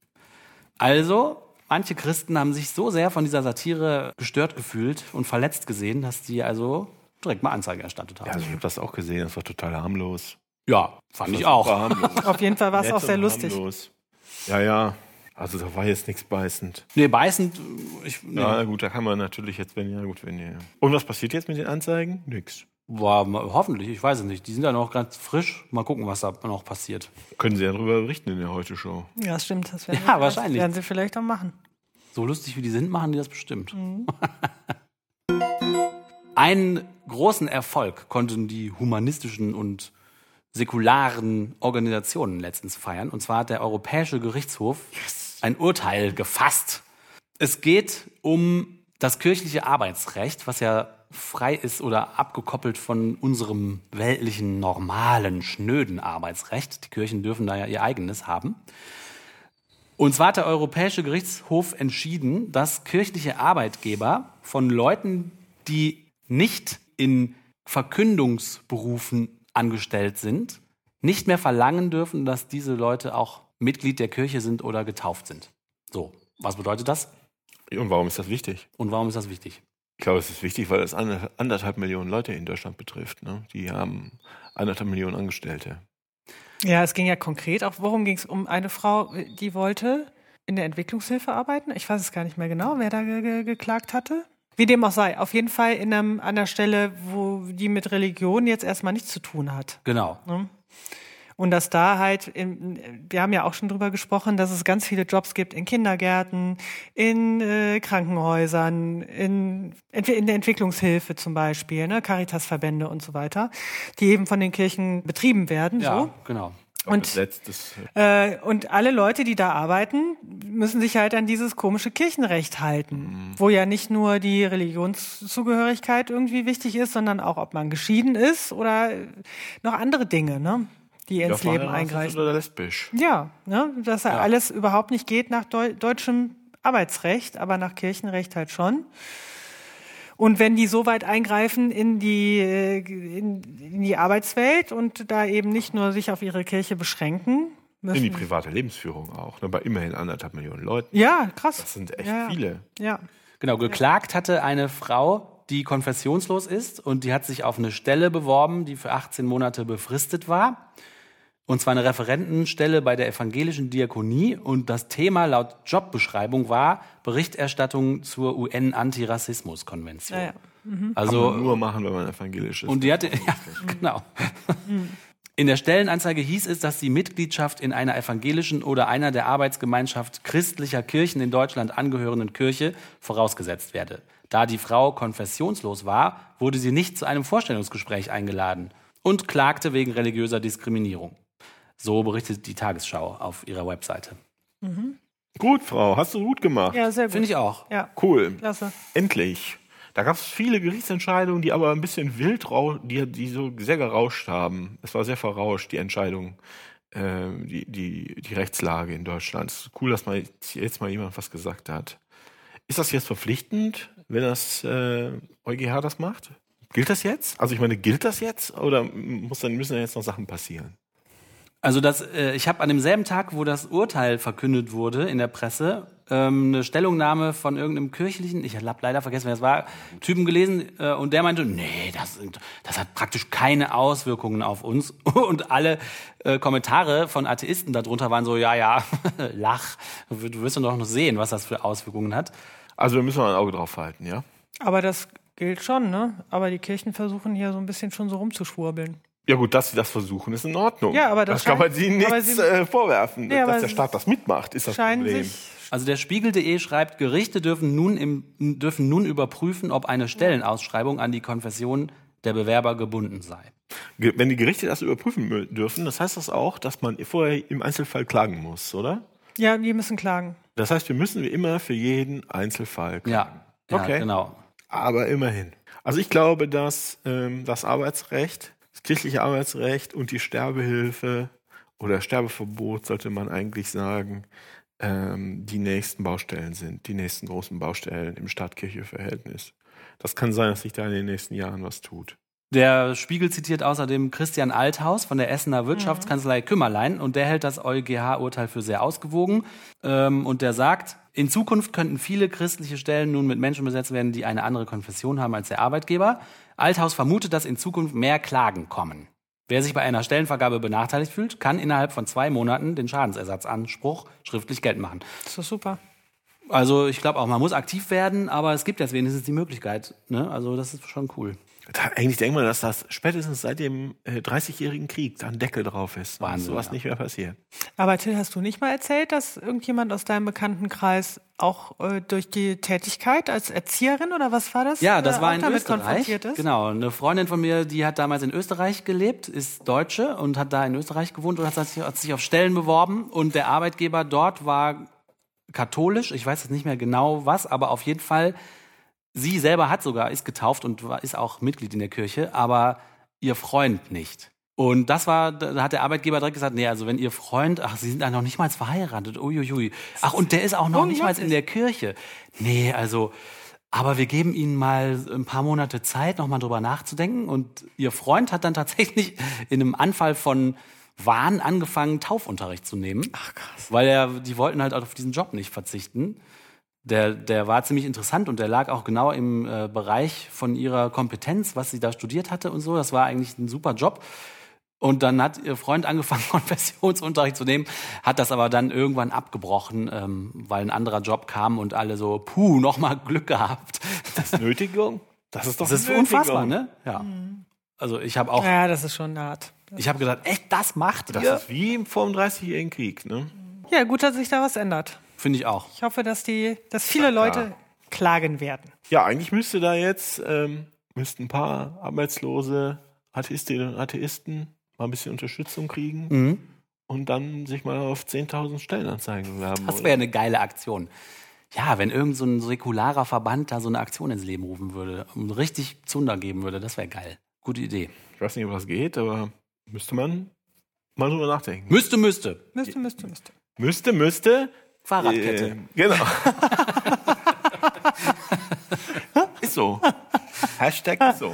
Also, manche Christen haben sich so sehr von dieser Satire gestört gefühlt und verletzt gesehen, dass die also direkt mal Anzeige erstattet haben. Ja, also ich habe das auch gesehen, das war total harmlos. Ja, fand ich auch. Auf jeden Fall war es auch sehr lustig. Harmlos. Ja. Also da war jetzt nichts beißend. Nee, beißend. Nee. Ja, gut, da kann man natürlich jetzt, wenn. Und was passiert jetzt mit den Anzeigen? Nix. Boah, hoffentlich, ich weiß es nicht. Die sind ja noch ganz frisch. Mal gucken, was da noch passiert. Können Sie ja darüber berichten in der Heute-Show. Ja, das stimmt. Das wahrscheinlich. werden Sie vielleicht auch machen. So lustig wie die sind, machen die das bestimmt. Einen großen Erfolg konnten die humanistischen und säkularen Organisationen letztens feiern. Und zwar hat der Europäische Gerichtshof ein Urteil gefasst. Es geht um das kirchliche Arbeitsrecht, was ja frei ist oder abgekoppelt von unserem weltlichen, normalen, schnöden Arbeitsrecht. Die Kirchen dürfen da ja ihr eigenes haben. Und zwar hat der Europäische Gerichtshof entschieden, dass kirchliche Arbeitgeber von Leuten, die nicht in Verkündungsberufen angestellt sind, nicht mehr verlangen dürfen, dass diese Leute auch Mitglied der Kirche sind oder getauft sind. So, was bedeutet das? Und warum ist das wichtig? Ich glaube, es ist wichtig, weil es 1,5 Millionen Leute in Deutschland betrifft. Ne? Die haben 1,5 Millionen Angestellte. Ja, es ging ja konkret auch, worum ging es? Um eine Frau, die wollte in der Entwicklungshilfe arbeiten. Ich weiß es gar nicht mehr genau, wer da geklagt hatte. Wie dem auch sei, auf jeden Fall an einer Stelle, wo die mit Religion jetzt erstmal nichts zu tun hat. Genau. Und dass da halt, wir haben ja auch schon drüber gesprochen, dass es ganz viele Jobs gibt in Kindergärten, in Krankenhäusern, in der Entwicklungshilfe zum Beispiel, ne, Caritasverbände und so weiter, die eben von den Kirchen betrieben werden. Ja, so. genau. Und alle Leute, die da arbeiten, müssen sich halt an dieses komische Kirchenrecht halten, wo ja nicht nur die Religionszugehörigkeit irgendwie wichtig ist, sondern auch, ob man geschieden ist oder noch andere Dinge, ne, die ins Leben eingreifen. Oder lesbisch. Ja, ne, dass ja alles überhaupt nicht geht nach deutschem Arbeitsrecht, aber nach Kirchenrecht halt schon. Und wenn die so weit eingreifen in die Arbeitswelt und da eben nicht nur sich auf ihre Kirche beschränken. In die private Lebensführung auch, ne, bei immerhin 1,5 Millionen Leuten. Ja, krass. Das sind echt viele. Ja. Genau, geklagt hatte eine Frau, die konfessionslos ist und die hat sich auf eine Stelle beworben, die für 18 Monate befristet war. Und zwar eine Referentenstelle bei der evangelischen Diakonie. Und das Thema laut Jobbeschreibung war Berichterstattung zur UN-Antirassismus-Konvention. Ja. Also, kann man nur machen, wenn man evangelisch ist. Und die hatte, ja, genau. In der Stellenanzeige hieß es, dass die Mitgliedschaft in einer evangelischen oder einer der Arbeitsgemeinschaft christlicher Kirchen in Deutschland angehörenden Kirche vorausgesetzt werde. Da die Frau konfessionslos war, wurde sie nicht zu einem Vorstellungsgespräch eingeladen und klagte wegen religiöser Diskriminierung. So berichtet die Tagesschau auf ihrer Webseite. Gut, Frau, hast du gut gemacht. Ja, sehr gut. Finde ich auch. Ja. Cool. Klasse. Endlich. Da gab es viele Gerichtsentscheidungen, die aber ein bisschen wild, die so sehr gerauscht haben. Es war sehr verrauscht, die Entscheidung, die Rechtslage in Deutschland. Es ist cool, dass mal jetzt mal jemand was gesagt hat. Ist das jetzt verpflichtend, wenn das EuGH das macht? Gilt das jetzt? Also ich meine, gilt das jetzt oder müssen da jetzt noch Sachen passieren? Also ich habe an demselben Tag, wo das Urteil verkündet wurde in der Presse, eine Stellungnahme von irgendeinem kirchlichen, ich habe leider vergessen, wer es war, Typen gelesen und der meinte, nee, das hat praktisch keine Auswirkungen auf uns. Und alle Kommentare von Atheisten darunter waren so, ja, lach, du wirst doch noch sehen, was das für Auswirkungen hat. Also wir müssen mal ein Auge drauf halten, ja? Aber das gilt schon, ne? Aber die Kirchen versuchen hier so ein bisschen schon so rumzuschwurbeln. Ja gut, dass sie das versuchen, ist in Ordnung. Ja, aber das kann man ihnen nichts vorwerfen. Ja, dass der Staat das mitmacht, ist das Problem. Also der Spiegel.de schreibt, Gerichte dürfen nun überprüfen, ob eine Stellenausschreibung an die Konfession der Bewerber gebunden sei. Wenn die Gerichte das überprüfen dürfen, das heißt das auch, dass man vorher im Einzelfall klagen muss, oder? Ja, die müssen klagen. Das heißt, wir müssen immer für jeden Einzelfall klagen. Ja, okay. Genau. Aber immerhin. Also ich glaube, dass das Arbeitsrecht, das kirchliche Arbeitsrecht und die Sterbehilfe oder Sterbeverbot, sollte man eigentlich sagen, die nächsten Baustellen sind, die nächsten großen Baustellen im Staat-Kirche-Verhältnis. Das kann sein, dass sich da in den nächsten Jahren was tut. Der Spiegel zitiert außerdem Christian Althaus von der Essener Wirtschaftskanzlei Kümmerlein und der hält das EuGH-Urteil für sehr ausgewogen. Und der sagt, in Zukunft könnten viele christliche Stellen nun mit Menschen besetzt werden, die eine andere Konfession haben als der Arbeitgeber. Althaus vermutet, dass in Zukunft mehr Klagen kommen. Wer sich bei einer Stellenvergabe benachteiligt fühlt, kann innerhalb von 2 Monaten den Schadensersatzanspruch schriftlich geltend machen. Das ist doch super. Also ich glaube auch, man muss aktiv werden, aber es gibt jetzt wenigstens die Möglichkeit. Ne? Also das ist schon cool. Eigentlich denkt man, dass das spätestens seit dem 30-jährigen Krieg da ein Deckel drauf ist. Wahnsinn, sowas nicht mehr passiert. Aber Till, hast du nicht mal erzählt, dass irgendjemand aus deinem Bekanntenkreis auch durch die Tätigkeit als Erzieherin oder was war das? Ja, das war in damit Österreich. konfrontiert ist? Genau, eine Freundin von mir, die hat damals in Österreich gelebt, ist Deutsche und hat da in Österreich gewohnt und hat sich auf Stellen beworben. Und der Arbeitgeber dort war katholisch, ich weiß jetzt nicht mehr genau was, aber auf jeden Fall, sie selber ist getauft und ist auch Mitglied in der Kirche, aber ihr Freund nicht. Und da hat der Arbeitgeber direkt gesagt, nee, also wenn ihr Freund, sie sind ja noch nicht mal verheiratet, uiuiui. Ach, und der ist auch noch nicht mal in der Kirche. Nee, also, aber wir geben ihnen mal ein paar Monate Zeit, nochmal drüber nachzudenken. Und ihr Freund hat dann tatsächlich in einem Anfall von Wahn angefangen, Taufunterricht zu nehmen. Ach krass. Weil die wollten halt auf diesen Job nicht verzichten. Der war ziemlich interessant und der lag auch genau im Bereich von ihrer Kompetenz, was sie da studiert hatte und so. Das war eigentlich ein super Job. Und dann hat ihr Freund angefangen, Konfessionsunterricht zu nehmen, hat das aber dann irgendwann abgebrochen, weil ein anderer Job kam und alle so, nochmal Glück gehabt. Das ist Nötigung? Das ist doch unfassbar, ne? Ja. Also ich habe auch... Ja, das ist schon hart. Ich habe gesagt, echt, das macht ihr? Das ist wie vor dem 30-jährigen Krieg, ne? Ja, gut, dass sich da was ändert. Finde ich auch. Ich hoffe, dass viele Leute klagen werden. Ja, eigentlich müsste da jetzt müssten ein paar arbeitslose Atheistinnen und Atheisten mal ein bisschen Unterstützung kriegen. und dann sich mal auf 10.000 Stellenanzeigen bewerben. Das wäre eine geile Aktion. Ja, wenn irgend so ein säkularer Verband da so eine Aktion ins Leben rufen würde und richtig Zunder geben würde, das wäre geil. Gute Idee. Ich weiß nicht, ob das geht, aber müsste man mal drüber nachdenken. Müsste. Müsste. Fahrradkette. Genau. Ist so. Hashtag so.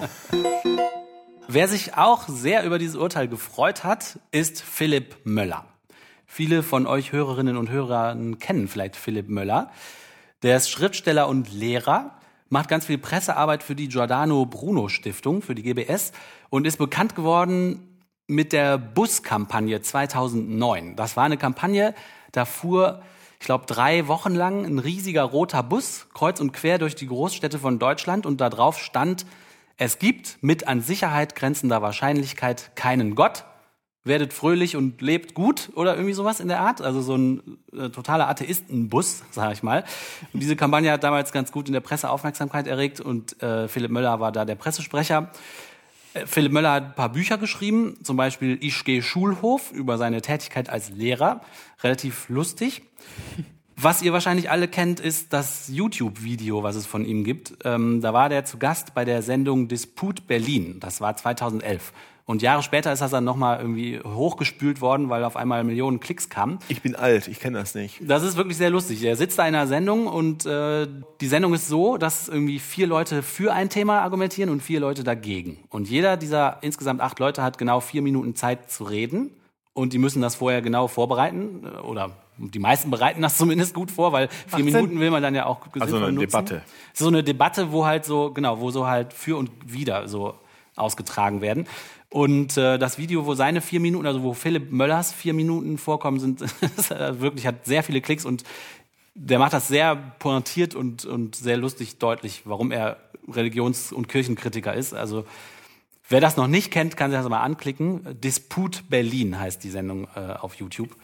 Wer sich auch sehr über dieses Urteil gefreut hat, ist Philipp Möller. Viele von euch Hörerinnen und Hörern kennen vielleicht Philipp Möller. Der ist Schriftsteller und Lehrer, macht ganz viel Pressearbeit für die Giordano Bruno Stiftung, für die GBS und ist bekannt geworden mit der Buskampagne 2009. Das war eine Kampagne, da fuhr, ich glaube, 3 Wochen lang ein riesiger roter Bus kreuz und quer durch die Großstädte von Deutschland und da drauf stand: Es gibt mit an Sicherheit grenzender Wahrscheinlichkeit keinen Gott. Werdet fröhlich und lebt gut oder irgendwie sowas in der Art. Also so ein totaler Atheistenbus, sage ich mal. Und diese Kampagne hat damals ganz gut in der Presse Aufmerksamkeit erregt und Philipp Möller war da der Pressesprecher. Philipp Möller hat ein paar Bücher geschrieben, zum Beispiel Ich gehe Schulhof über seine Tätigkeit als Lehrer. Relativ lustig. Was ihr wahrscheinlich alle kennt, ist das YouTube-Video, was es von ihm gibt. Da war der zu Gast bei der Sendung Disput Berlin. Das war 2011. Und Jahre später ist das dann nochmal irgendwie hochgespült worden, weil auf einmal Millionen Klicks kamen. Ich bin alt, ich kenne das nicht. Das ist wirklich sehr lustig. Er sitzt da in einer Sendung und die Sendung ist so, dass irgendwie 4 Leute für ein Thema argumentieren und 4 Leute dagegen. Und jeder dieser insgesamt 8 Leute hat genau 4 Minuten Zeit zu reden. Und die müssen das vorher genau vorbereiten. Oder die meisten bereiten das zumindest gut vor, weil 4 Minuten will man dann ja auch also eine nutzen. Debatte. So eine Debatte, wo halt so, genau, wo so halt für und wider so ausgetragen werden. Und das Video, wo seine 4 Minuten, also wo Philipp Möllers 4 Minuten vorkommen, sind wirklich, hat sehr viele Klicks und der macht das sehr pointiert und sehr lustig deutlich, warum er Religions- und Kirchenkritiker ist. Also wer das noch nicht kennt, kann sich das mal anklicken. Disput Berlin heißt die Sendung auf YouTube.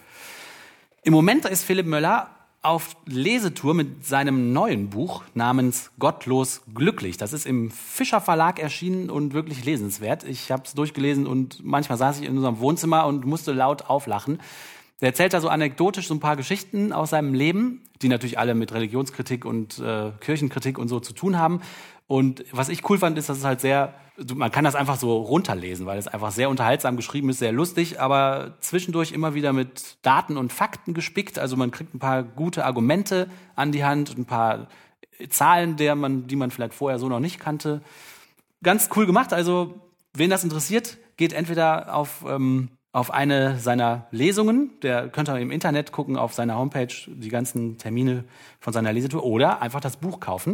Im Moment ist Philipp Möller auf Lesetour mit seinem neuen Buch namens Gottlos glücklich. Das ist im Fischer Verlag erschienen und wirklich lesenswert. Ich habe es durchgelesen und manchmal saß ich in unserem Wohnzimmer und musste laut auflachen. Der erzählt da so anekdotisch so ein paar Geschichten aus seinem Leben, die natürlich alle mit Religionskritik und Kirchenkritik und so zu tun haben. Und was ich cool fand, ist, dass es halt sehr, man kann das einfach so runterlesen, weil es einfach sehr unterhaltsam geschrieben ist, sehr lustig, aber zwischendurch immer wieder mit Daten und Fakten gespickt. Also man kriegt ein paar gute Argumente an die Hand, ein paar Zahlen, die man vielleicht vorher so noch nicht kannte. Ganz cool gemacht. Also wen das interessiert, geht entweder auf eine seiner Lesungen, der könnt ihr im Internet gucken, auf seiner Homepage die ganzen Termine von seiner Lesetour oder einfach das Buch kaufen.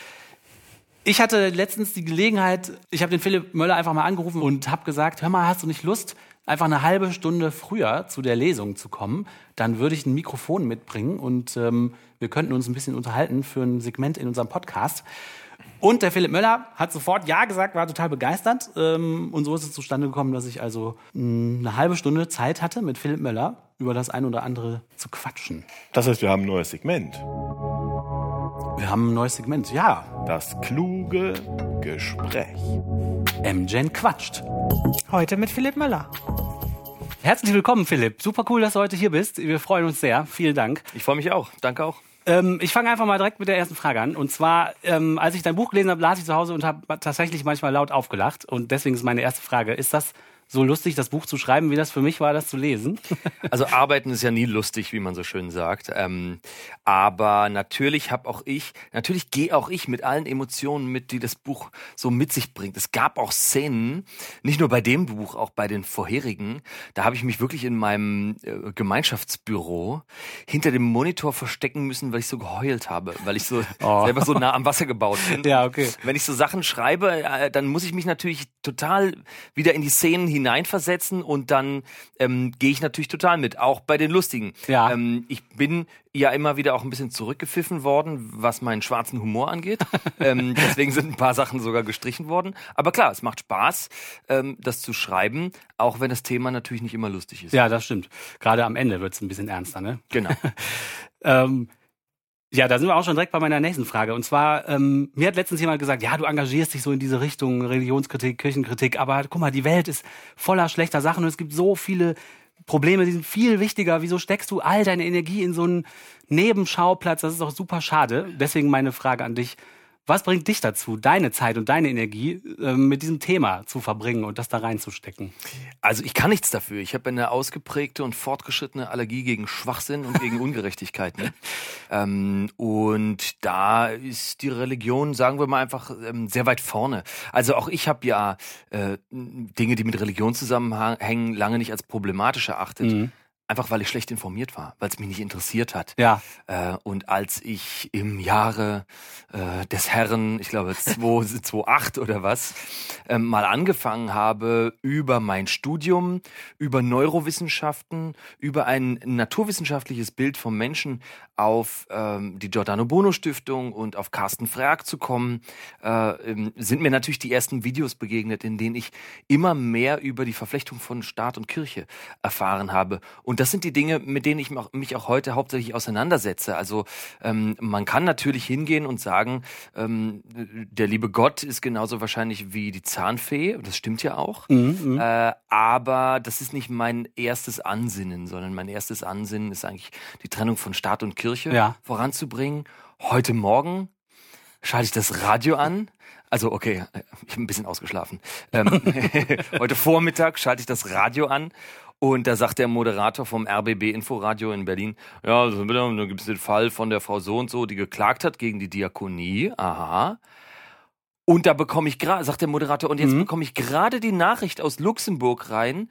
Ich hatte letztens die Gelegenheit, ich habe den Philipp Möller einfach mal angerufen und habe gesagt, hör mal, hast du nicht Lust, einfach eine halbe Stunde früher zu der Lesung zu kommen? Dann würde ich ein Mikrofon mitbringen und wir könnten uns ein bisschen unterhalten für ein Segment in unserem Podcast. Und der Philipp Möller hat sofort Ja gesagt, war total begeistert. Und so ist es zustande gekommen, dass ich also eine halbe Stunde Zeit hatte, mit Philipp Möller über das ein oder andere zu quatschen. Das heißt, wir haben ein neues Segment. Wir haben ein neues Segment, ja. Das kluge Gespräch. MGen quatscht. Heute mit Philipp Möller. Herzlich willkommen, Philipp. Super cool, dass du heute hier bist. Wir freuen uns sehr. Vielen Dank. Ich freue mich auch. Danke auch. Ich fange einfach mal direkt mit der ersten Frage an. Und zwar, als ich dein Buch gelesen habe, las ich zu Hause und habe tatsächlich manchmal laut aufgelacht. Und deswegen ist meine erste Frage, ist das so lustig, das Buch zu schreiben, wie das für mich war, das zu lesen? Also arbeiten ist ja nie lustig, wie man so schön sagt. Aber natürlich gehe auch ich mit allen Emotionen mit, die das Buch so mit sich bringt. Es gab auch Szenen, nicht nur bei dem Buch, auch bei den vorherigen. Da habe ich mich wirklich in meinem Gemeinschaftsbüro hinter dem Monitor verstecken müssen, weil ich so geheult habe, weil ich so selber so nah am Wasser gebaut bin. Ja, okay. Wenn ich so Sachen schreibe, dann muss ich mich natürlich total wieder in die Szenen hineinversetzen und dann gehe ich natürlich total mit, auch bei den Lustigen. Ja. Ich bin ja immer wieder auch ein bisschen zurückgepfiffen worden, was meinen schwarzen Humor angeht. Deswegen sind ein paar Sachen sogar gestrichen worden. Aber klar, es macht Spaß, das zu schreiben, auch wenn das Thema natürlich nicht immer lustig ist. Ja, das stimmt. Gerade am Ende wird es ein bisschen ernster, ne? Genau. Ja, da sind wir auch schon direkt bei meiner nächsten Frage. Und zwar, mir hat letztens jemand gesagt, ja, du engagierst dich so in diese Richtung Religionskritik, Kirchenkritik, aber guck mal, die Welt ist voller schlechter Sachen und es gibt so viele Probleme, die sind viel wichtiger. Wieso steckst du all deine Energie in so einen Nebenschauplatz? Das ist doch super schade. Deswegen meine Frage an dich. Was bringt dich dazu, deine Zeit und deine Energie mit diesem Thema zu verbringen und das da reinzustecken? Also ich kann nichts dafür. Ich habe eine ausgeprägte und fortgeschrittene Allergie gegen Schwachsinn und gegen Ungerechtigkeiten. Und da ist die Religion, sagen wir mal einfach, sehr weit vorne. Also auch ich habe ja Dinge, die mit Religion zusammenhängen, lange nicht als problematisch erachtet. Mhm. Einfach weil ich schlecht informiert war, weil es mich nicht interessiert hat. Ja. Und als ich im Jahre des Herren, ich glaube 2008 oder was, mal angefangen habe, über mein Studium, über Neurowissenschaften, über ein naturwissenschaftliches Bild vom Menschen auf die Giordano Bruno Stiftung und auf Carsten Frerk zu kommen, sind mir natürlich die ersten Videos begegnet, in denen ich immer mehr über die Verflechtung von Staat und Kirche erfahren habe. Und das sind die Dinge, mit denen ich mich auch heute hauptsächlich auseinandersetze. Also man kann natürlich hingehen und sagen, der liebe Gott ist genauso wahrscheinlich wie die Zahnfee. Das stimmt ja auch. Aber das ist nicht mein erstes Ansinnen, sondern mein erstes Ansinnen ist eigentlich die Trennung von Staat und Kirche voranzubringen. Heute Morgen schalte ich das Radio an. Also okay, ich habe ein bisschen ausgeschlafen. Heute Vormittag schalte ich das Radio an. Und da sagt der Moderator vom RBB Inforadio in Berlin, ja, da gibt es den Fall von der Frau so und so, die geklagt hat gegen die Diakonie. Aha. Und da bekomme ich gerade, sagt der Moderator, und jetzt bekomme ich gerade die Nachricht aus Luxemburg rein.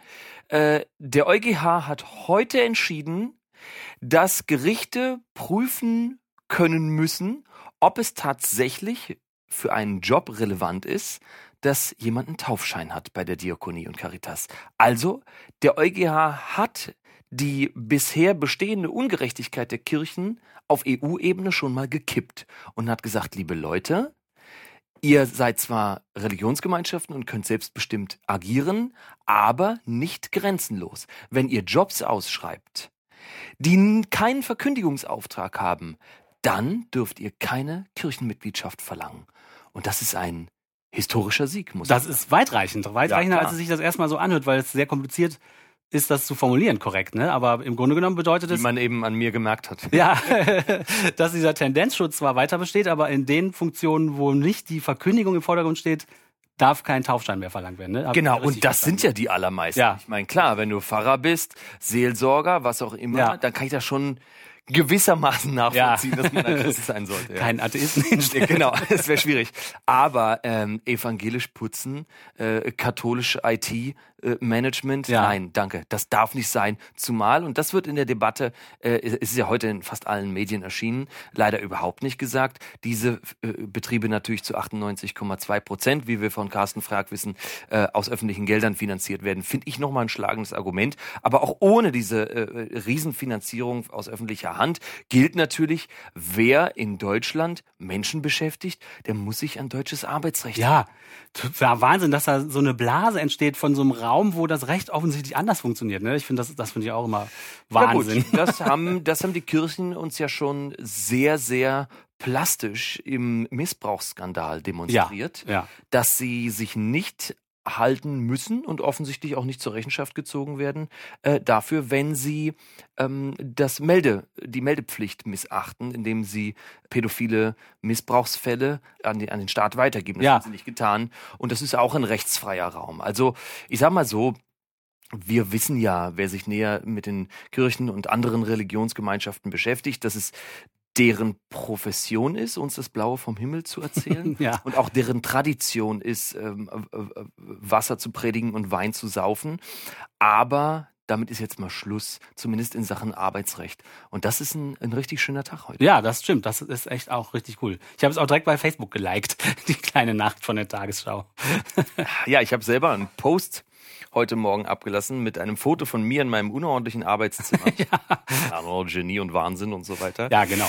Der EuGH hat heute entschieden, dass Gerichte prüfen können müssen, ob es tatsächlich für einen Job relevant ist, dass jemand einen Taufschein hat bei der Diakonie und Caritas. Also, der EuGH hat die bisher bestehende Ungerechtigkeit der Kirchen auf EU-Ebene schon mal gekippt und hat gesagt, liebe Leute, ihr seid zwar Religionsgemeinschaften und könnt selbstbestimmt agieren, aber nicht grenzenlos. Wenn ihr Jobs ausschreibt, die keinen Verkündigungsauftrag haben, dann dürft ihr keine Kirchenmitgliedschaft verlangen. Und das ist ein historischer Sieg, muss ich sagen. Das ist weitreichender, als es sich das erstmal so anhört, weil es sehr kompliziert ist, das zu formulieren korrekt, ne? Aber im Grunde genommen bedeutet es... Wie man eben an mir gemerkt hat. Ja, dass dieser Tendenzschutz zwar weiter besteht, aber in den Funktionen, wo nicht die Verkündigung im Vordergrund steht, darf kein Taufschein mehr verlangt werden. Ne? Genau, und das sind ja die allermeisten. Ja. Ich meine, klar, wenn du Pfarrer bist, Seelsorger, was auch immer, dann kann ich das schon gewissermaßen nachvollziehen, dass man ein Christ sein sollte. Ja. Kein Atheisten hinstellen. Genau, das wäre schwierig. Aber evangelisch putzen, katholisch IT-Management, nein, danke, das darf nicht sein. Zumal, und das wird in der Debatte, es ist ja heute in fast allen Medien erschienen, leider überhaupt nicht gesagt, diese Betriebe natürlich zu 98,2%, wie wir von Carsten Frerk wissen, aus öffentlichen Geldern finanziert werden, finde ich nochmal ein schlagendes Argument. Aber auch ohne diese Riesenfinanzierung aus öffentlicher Hand gilt natürlich, wer in Deutschland Menschen beschäftigt, der muss sich an deutsches Arbeitsrecht halten. Ja, Wahnsinn, dass da so eine Blase entsteht von so einem Raum, wo das Recht offensichtlich anders funktioniert. Ne? Ich finde, das finde ich auch immer Wahnsinn. Ja gut, das haben die Kirchen uns ja schon sehr, sehr plastisch im Missbrauchsskandal demonstriert, dass sie sich nicht halten müssen und offensichtlich auch nicht zur Rechenschaft gezogen werden dafür, wenn sie die Meldepflicht missachten, indem sie pädophile Missbrauchsfälle an den Staat weitergeben. Das haben sie nicht getan. Und das ist auch ein rechtsfreier Raum. Also ich sag mal so, wir wissen ja, wer sich näher mit den Kirchen und anderen Religionsgemeinschaften beschäftigt, dass es deren Profession ist, uns das Blaue vom Himmel zu erzählen und auch deren Tradition ist, Wasser zu predigen und Wein zu saufen. Aber damit ist jetzt mal Schluss, zumindest in Sachen Arbeitsrecht. Und das ist ein richtig schöner Tag heute. Ja, das stimmt. Das ist echt auch richtig cool. Ich habe es auch direkt bei Facebook geliked, die kleine Nacht von der Tagesschau. Ja, ich habe selber einen Post heute Morgen abgelassen mit einem Foto von mir in meinem unordentlichen Arbeitszimmer. Genie und Wahnsinn und so weiter. Ja, genau.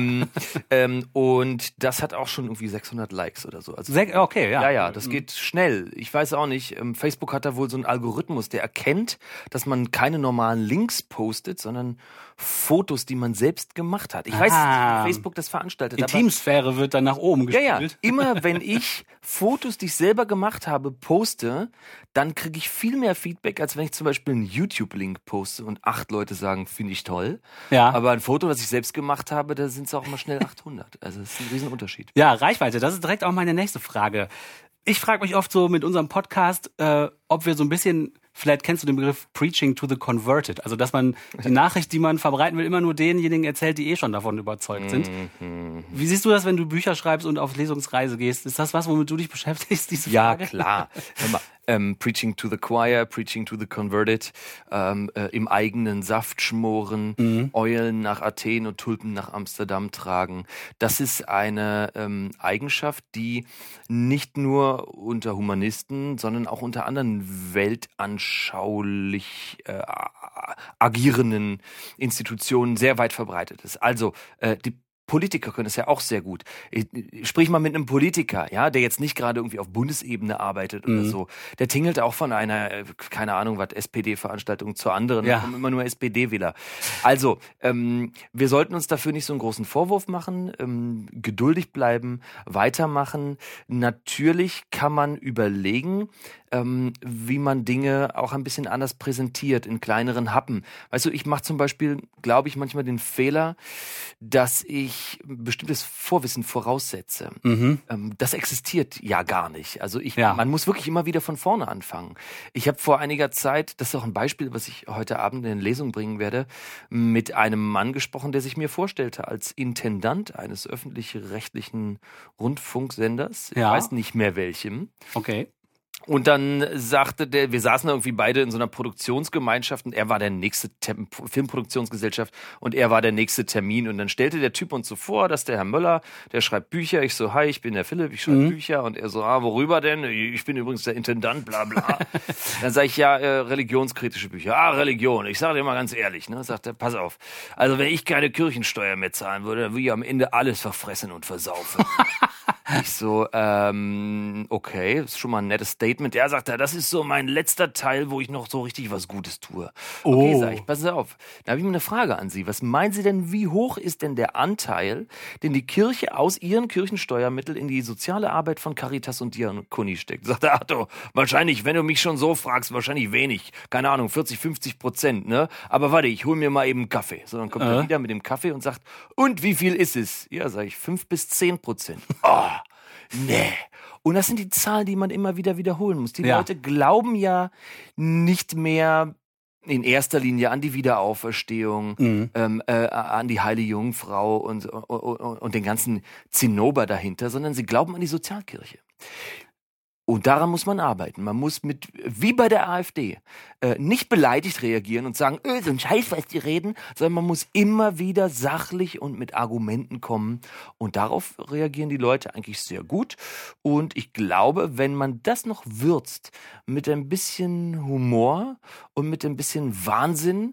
Und das hat auch schon irgendwie 600 Likes oder so. Also, okay, ja. Ja, das geht schnell. Ich weiß auch nicht, Facebook hat da wohl so einen Algorithmus, der erkennt, dass man keine normalen Links postet, sondern Fotos, die man selbst gemacht hat. Ich weiß nicht, wie Facebook das veranstaltet. Die Teamsphäre wird dann nach oben gespielt. Ja. Immer wenn ich Fotos, die ich selber gemacht habe, poste, dann kriege ich viel mehr Feedback, als wenn ich zum Beispiel einen YouTube-Link poste und 8 Leute sagen, finde ich toll. Ja. Aber ein Foto, was ich selbst gemacht habe, da sind es auch mal schnell 800. Also das ist ein Riesenunterschied. Ja, Reichweite, das ist direkt auch meine nächste Frage. Ich frage mich oft so mit unserem Podcast, ob wir so ein bisschen, vielleicht kennst du den Begriff Preaching to the Converted, also dass man die Nachricht, die man verbreiten will, immer nur denjenigen erzählt, die schon davon überzeugt sind. Wie siehst du das, wenn du Bücher schreibst und auf Lesungsreise gehst? Ist das was, womit du dich beschäftigst, diese Frage? Ja, klar. Preaching to the choir, preaching to the converted, im eigenen Saft schmoren, Eulen nach Athen und Tulpen nach Amsterdam tragen. Das ist eine Eigenschaft, die nicht nur unter Humanisten, sondern auch unter anderen weltanschaulich agierenden Institutionen sehr weit verbreitet ist. Also die Politiker können es ja auch sehr gut. Sprich mal mit einem Politiker, ja, der jetzt nicht gerade irgendwie auf Bundesebene arbeitet oder so. Der tingelt auch von einer, keine Ahnung was, SPD-Veranstaltung zur anderen. Da kommen immer nur SPD-Wähler. Also, wir sollten uns dafür nicht so einen großen Vorwurf machen, geduldig bleiben, weitermachen. Natürlich kann man überlegen, wie man Dinge auch ein bisschen anders präsentiert, in kleineren Happen. Weißt du, ich mache zum Beispiel, glaube ich, manchmal den Fehler, dass ich bestimmtes Vorwissen voraussetze. Das existiert ja gar nicht. Also man muss wirklich immer wieder von vorne anfangen. Ich habe vor einiger Zeit, das ist auch ein Beispiel, was ich heute Abend in eine Lesung bringen werde, mit einem Mann gesprochen, der sich mir vorstellte als Intendant eines öffentlich-rechtlichen Rundfunksenders. Ich weiß nicht mehr welchem. Okay. Und dann sagte wir saßen irgendwie beide in so einer Produktionsgemeinschaft und er war der nächste Filmproduktionsgesellschaft und er war der nächste Termin. Und dann stellte der Typ uns so vor, dass der Herr Möller, der schreibt Bücher. Ich so, hi, ich bin der Philipp, ich schreibe Bücher. Und er so, worüber denn? Ich bin übrigens der Intendant, bla bla. Dann sage ich, religionskritische Bücher. Religion. Ich sage dir mal ganz ehrlich, ne? Sagt er, pass auf. Also wenn ich keine Kirchensteuer mehr zahlen würde, dann würde ich am Ende alles verfressen und versaufen. Ich so, okay, ist schon mal ein nettes Statement. Er sagt, das ist so mein letzter Teil, wo ich noch so richtig was Gutes tue. Okay, sag ich, passen Sie auf. Da habe ich mir eine Frage an Sie. Was meinen Sie denn, wie hoch ist denn der Anteil, den die Kirche aus ihren Kirchensteuermitteln in die soziale Arbeit von Caritas und Diakonie steckt? Sagt er, wahrscheinlich, wenn du mich schon so fragst, wahrscheinlich wenig. Keine Ahnung, 40-50%, ne? Aber warte, ich hol mir mal eben einen Kaffee. So, dann kommt er wieder mit dem Kaffee und sagt, und wie viel ist es? Ja, sag ich, 5-10%. Nee. Und das sind die Zahlen, die man immer wieder wiederholen muss. Die Leute glauben ja nicht mehr in erster Linie an die Wiederauferstehung, an die Heilige Jungfrau und den ganzen Zinnober dahinter, sondern sie glauben an die Sozialkirche. Und daran muss man arbeiten. Man muss wie bei der AfD, nicht beleidigt reagieren und sagen, so ein Scheiß, was die reden, sondern man muss immer wieder sachlich und mit Argumenten kommen. Und darauf reagieren die Leute eigentlich sehr gut. Und ich glaube, wenn man das noch würzt mit ein bisschen Humor und mit ein bisschen Wahnsinn,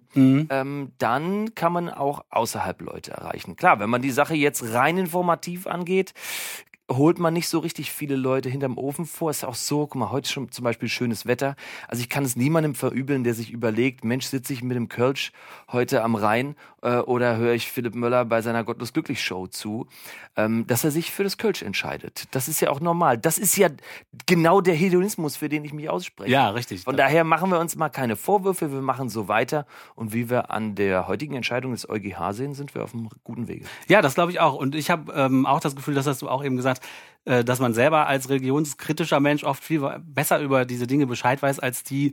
dann kann man auch außerhalb Leute erreichen. Klar, wenn man die Sache jetzt rein informativ angeht, holt man nicht so richtig viele Leute hinterm Ofen vor. Ist auch so, guck mal, heute schon zum Beispiel schönes Wetter. Also ich kann es niemandem verübeln, der sich überlegt, Mensch, sitze ich mit dem Kölsch heute am Rhein oder höre ich Philipp Möller bei seiner Gottlos glücklich Show zu, dass er sich für das Kölsch entscheidet. Das ist ja auch normal. Das ist ja genau der Hedonismus, für den ich mich ausspreche. Ja, richtig. Von daher machen wir uns mal keine Vorwürfe, wir machen so weiter. Und wie wir an der heutigen Entscheidung des EuGH sehen, sind wir auf einem guten Wege. Ja, das glaube ich auch. Und ich habe auch das Gefühl, das hast du auch eben gesagt, dass man selber als religionskritischer Mensch oft viel besser über diese Dinge Bescheid weiß, als die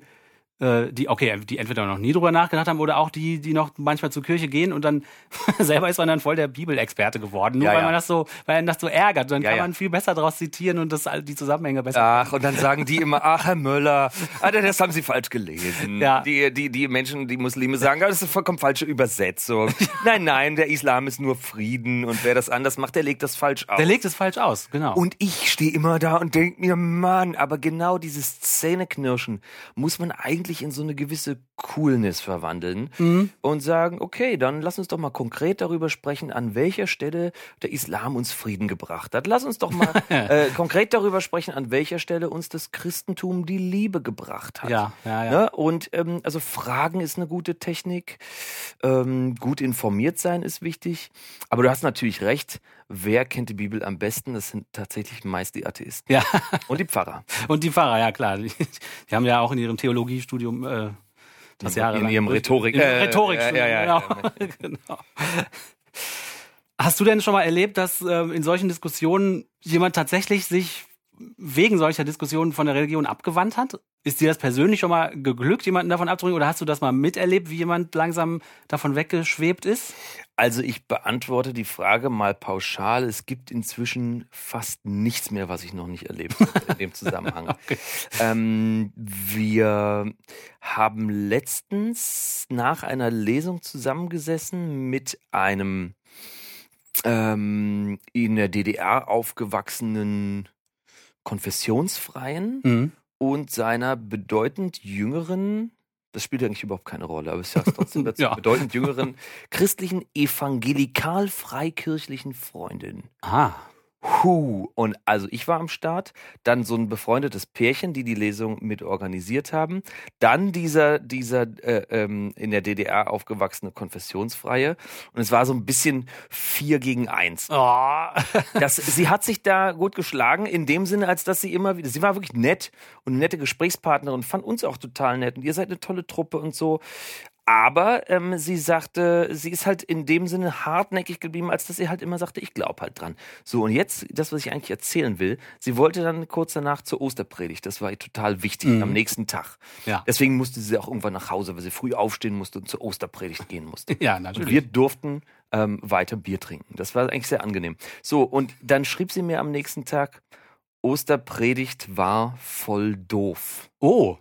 entweder noch nie drüber nachgedacht haben oder auch die noch manchmal zur Kirche gehen und dann selber ist man dann voll der Bibelexperte geworden, nur weil einen das so ärgert. Dann kann man viel besser daraus zitieren und die Zusammenhänge besser. Ach, und dann sagen die immer, Herr Möller, das haben Sie falsch gelesen. Ja. Die Menschen, die Muslime sagen, das ist eine vollkommen falsche Übersetzung. Nein, der Islam ist nur Frieden und wer das anders macht, der legt das falsch aus. Der legt es falsch aus, genau. Und ich stehe immer da und denke mir, Mann, aber genau dieses Zähneknirschen muss man eigentlich versehentlich in so eine gewisse Coolness verwandeln und sagen, okay, dann lass uns doch mal konkret darüber sprechen, an welcher Stelle der Islam uns Frieden gebracht hat. Lass uns doch mal konkret darüber sprechen, an welcher Stelle uns das Christentum die Liebe gebracht hat. Ja. Ne? Und also Fragen ist eine gute Technik, gut informiert sein ist wichtig, aber du hast natürlich recht, wer kennt die Bibel am besten? Das sind tatsächlich meist die Atheisten. Ja. Und die Pfarrer. Und die Pfarrer, ja klar. Die haben ja auch in ihrem Theologiestudium das in ihrem Rhetorikstudium. Ja. Genau. Hast du denn schon mal erlebt, dass in solchen Diskussionen jemand tatsächlich sich wegen solcher Diskussionen von der Religion abgewandt hat? Ist dir das persönlich schon mal geglückt, jemanden davon abzubringen? Oder hast du das mal miterlebt, wie jemand langsam davon weggeschwebt ist? Also ich beantworte die Frage mal pauschal. Es gibt inzwischen fast nichts mehr, was ich noch nicht erlebt habe in dem Zusammenhang. Okay. Wir haben letztens nach einer Lesung zusammengesessen mit einem in der DDR aufgewachsenen Konfessionsfreien und seiner bedeutend jüngeren, das spielt eigentlich überhaupt keine Rolle, aber ich sage es trotzdem dazu, bedeutend jüngeren christlichen evangelikal-freikirchlichen Freundin. Ah. Und also ich war am Start, dann so ein befreundetes Pärchen, die Lesung mit organisiert haben, dann dieser in der DDR aufgewachsene Konfessionsfreie und es war so ein bisschen 4-1. Oh. Sie hat sich da gut geschlagen, in dem Sinne, als dass sie immer wieder, sie war wirklich nett und eine nette Gesprächspartnerin, fand uns auch total nett und ihr seid eine tolle Truppe und so. Aber sie sagte, sie ist halt in dem Sinne hartnäckig geblieben, als dass sie halt immer sagte, ich glaube halt dran. So, und jetzt, das, was ich eigentlich erzählen will, sie wollte dann kurz danach zur Osterpredigt. Das war ihr total wichtig, am nächsten Tag. Ja. Deswegen musste sie auch irgendwann nach Hause, weil sie früh aufstehen musste und zur Osterpredigt gehen musste. Ja, natürlich. Und wir durften weiter Bier trinken. Das war eigentlich sehr angenehm. So, und dann schrieb sie mir am nächsten Tag, Osterpredigt war voll doof. Oh.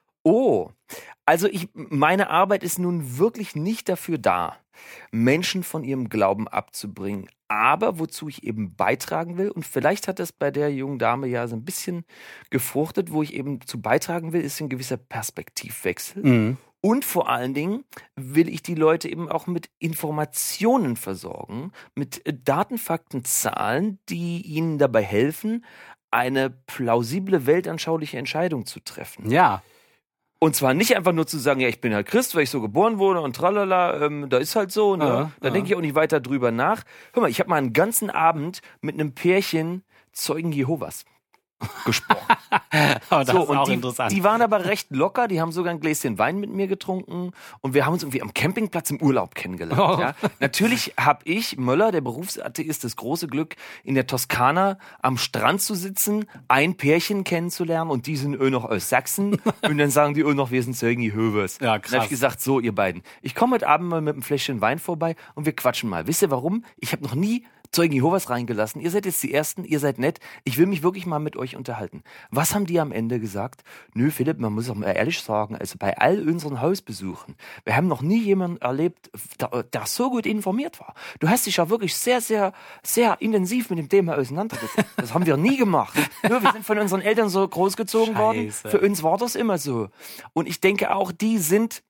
Also meine Arbeit ist nun wirklich nicht dafür da, Menschen von ihrem Glauben abzubringen, aber wozu ich eben beitragen will, und vielleicht hat das bei der jungen Dame ja so ein bisschen gefruchtet, wo ich eben zu beitragen will, ist ein gewisser Perspektivwechsel. Und vor allen Dingen will ich die Leute eben auch mit Informationen versorgen, mit Daten, Fakten, Zahlen, die ihnen dabei helfen, eine plausible, weltanschauliche Entscheidung zu treffen. Ja. Und zwar nicht einfach nur zu sagen, ja, ich bin halt Christ, weil ich so geboren wurde und tralala, da ist halt so. Ne? Da denke ich auch nicht weiter drüber nach. Hör mal, ich habe mal einen ganzen Abend mit einem Pärchen Zeugen Jehovas gesprochen. Das ist auch die, interessant. Die waren aber recht locker, die haben sogar ein Gläschen Wein mit mir getrunken und wir haben uns irgendwie am Campingplatz im Urlaub kennengelernt. Ja? Natürlich habe ich, Möller, der Berufsatheist, das große Glück, in der Toskana am Strand zu sitzen, ein Pärchen kennenzulernen und die sind noch aus Sachsen und dann sagen die noch, wir sind Zeugen Jehovas. Ja, Dann habe krass. ich gesagt, so ihr beiden, ich komme heute Abend mal mit einem Fläschchen Wein vorbei und wir quatschen mal. Wisst ihr warum? Ich habe noch nie Zeugen Jehovas reingelassen. Ihr seid jetzt die Ersten, ihr seid nett. Ich will mich wirklich mal mit euch unterhalten. Was haben die am Ende gesagt? Nö, Philipp, man muss auch mal ehrlich sagen, also bei all unseren Hausbesuchen, wir haben noch nie jemanden erlebt, der so gut informiert war. Du hast dich ja wirklich sehr, sehr, sehr intensiv mit dem Thema auseinandergesetzt. Das haben wir nie gemacht. Nö, wir sind von unseren Eltern so großgezogen worden. Für uns war das immer so. Und ich denke auch, die sind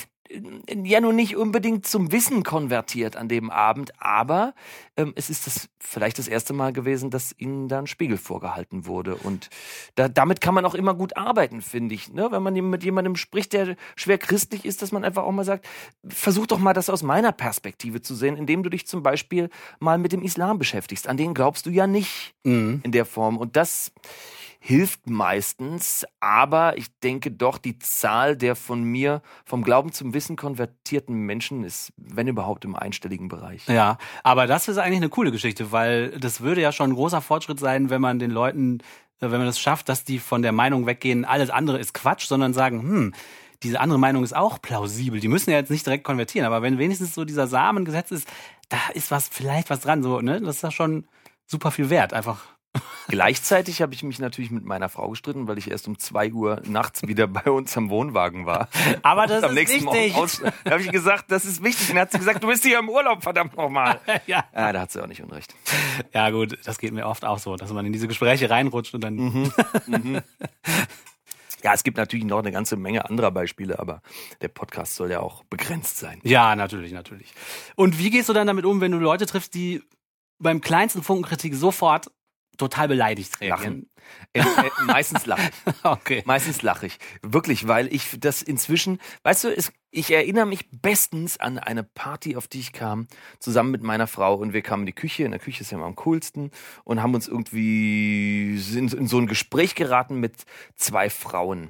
ja nun nicht unbedingt zum Wissen konvertiert an dem Abend, aber es ist vielleicht das erste Mal gewesen, dass ihnen da ein Spiegel vorgehalten wurde. Und damit kann man auch immer gut arbeiten, finde ich. Ne? Wenn man mit jemandem spricht, der schwer christlich ist, dass man einfach auch mal sagt, versuch doch mal das aus meiner Perspektive zu sehen, indem du dich zum Beispiel mal mit dem Islam beschäftigst. An den glaubst du ja nicht in der Form. Und das hilft meistens, aber ich denke doch, die Zahl der von mir vom Glauben zum Wissen konvertierten Menschen ist, wenn überhaupt, im einstelligen Bereich. Ja, aber das ist eigentlich eine coole Geschichte, weil das würde ja schon ein großer Fortschritt sein, wenn man den Leuten, wenn man es schafft, dass die von der Meinung weggehen, alles andere ist Quatsch, sondern sagen, diese andere Meinung ist auch plausibel. Die müssen ja jetzt nicht direkt konvertieren, aber wenn wenigstens so dieser Samen gesetzt ist, da ist vielleicht was dran, so, ne? Das ist ja schon super viel wert, einfach. Gleichzeitig habe ich mich natürlich mit meiner Frau gestritten, weil ich erst um 2 Uhr nachts wieder bei uns am Wohnwagen war. Aber das am ist nächsten wichtig. Morgen habe ich gesagt, das ist wichtig. Und dann hat sie gesagt, du bist hier im Urlaub, verdammt nochmal. Ja. Da hat sie auch nicht unrecht. Ja gut, das geht mir oft auch so, dass man in diese Gespräche reinrutscht und dann... Ja, es gibt natürlich noch eine ganze Menge anderer Beispiele, aber der Podcast soll ja auch begrenzt sein. Ja, natürlich. Und wie gehst du dann damit um, wenn du Leute triffst, die beim kleinsten Funken Kritik sofort total beleidigt reagieren? Meistens lache ich. Okay. Meistens lache ich. Wirklich, weil ich das inzwischen, weißt du, ich erinnere mich bestens an eine Party, auf die ich kam, zusammen mit meiner Frau, und wir kamen in die Küche. In der Küche ist ja immer am coolsten, und haben uns irgendwie in so ein Gespräch geraten mit 2 Frauen.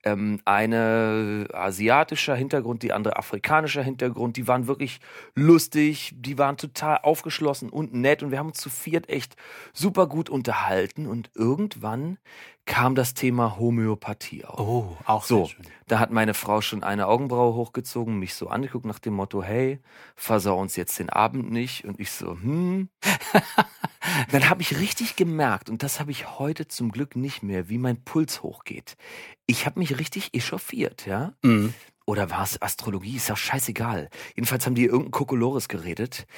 Eine asiatischer Hintergrund, die andere afrikanischer Hintergrund. Die waren wirklich lustig, die waren total aufgeschlossen und nett, und wir haben uns zu 4 echt super gut unterhalten, und irgendwann kam das Thema Homöopathie auf. Oh, auch so. sehr schön. Da hat meine Frau schon eine Augenbraue hochgezogen, mich so angeguckt nach dem Motto, hey, versau uns jetzt den Abend nicht. Und ich so, Dann habe ich richtig gemerkt, und das habe ich heute zum Glück nicht mehr, wie mein Puls hochgeht. Ich habe mich richtig echauffiert, ja. Mhm. Oder war es Astrologie? Ist auch scheißegal. Jedenfalls haben die irgendein Kokolores geredet.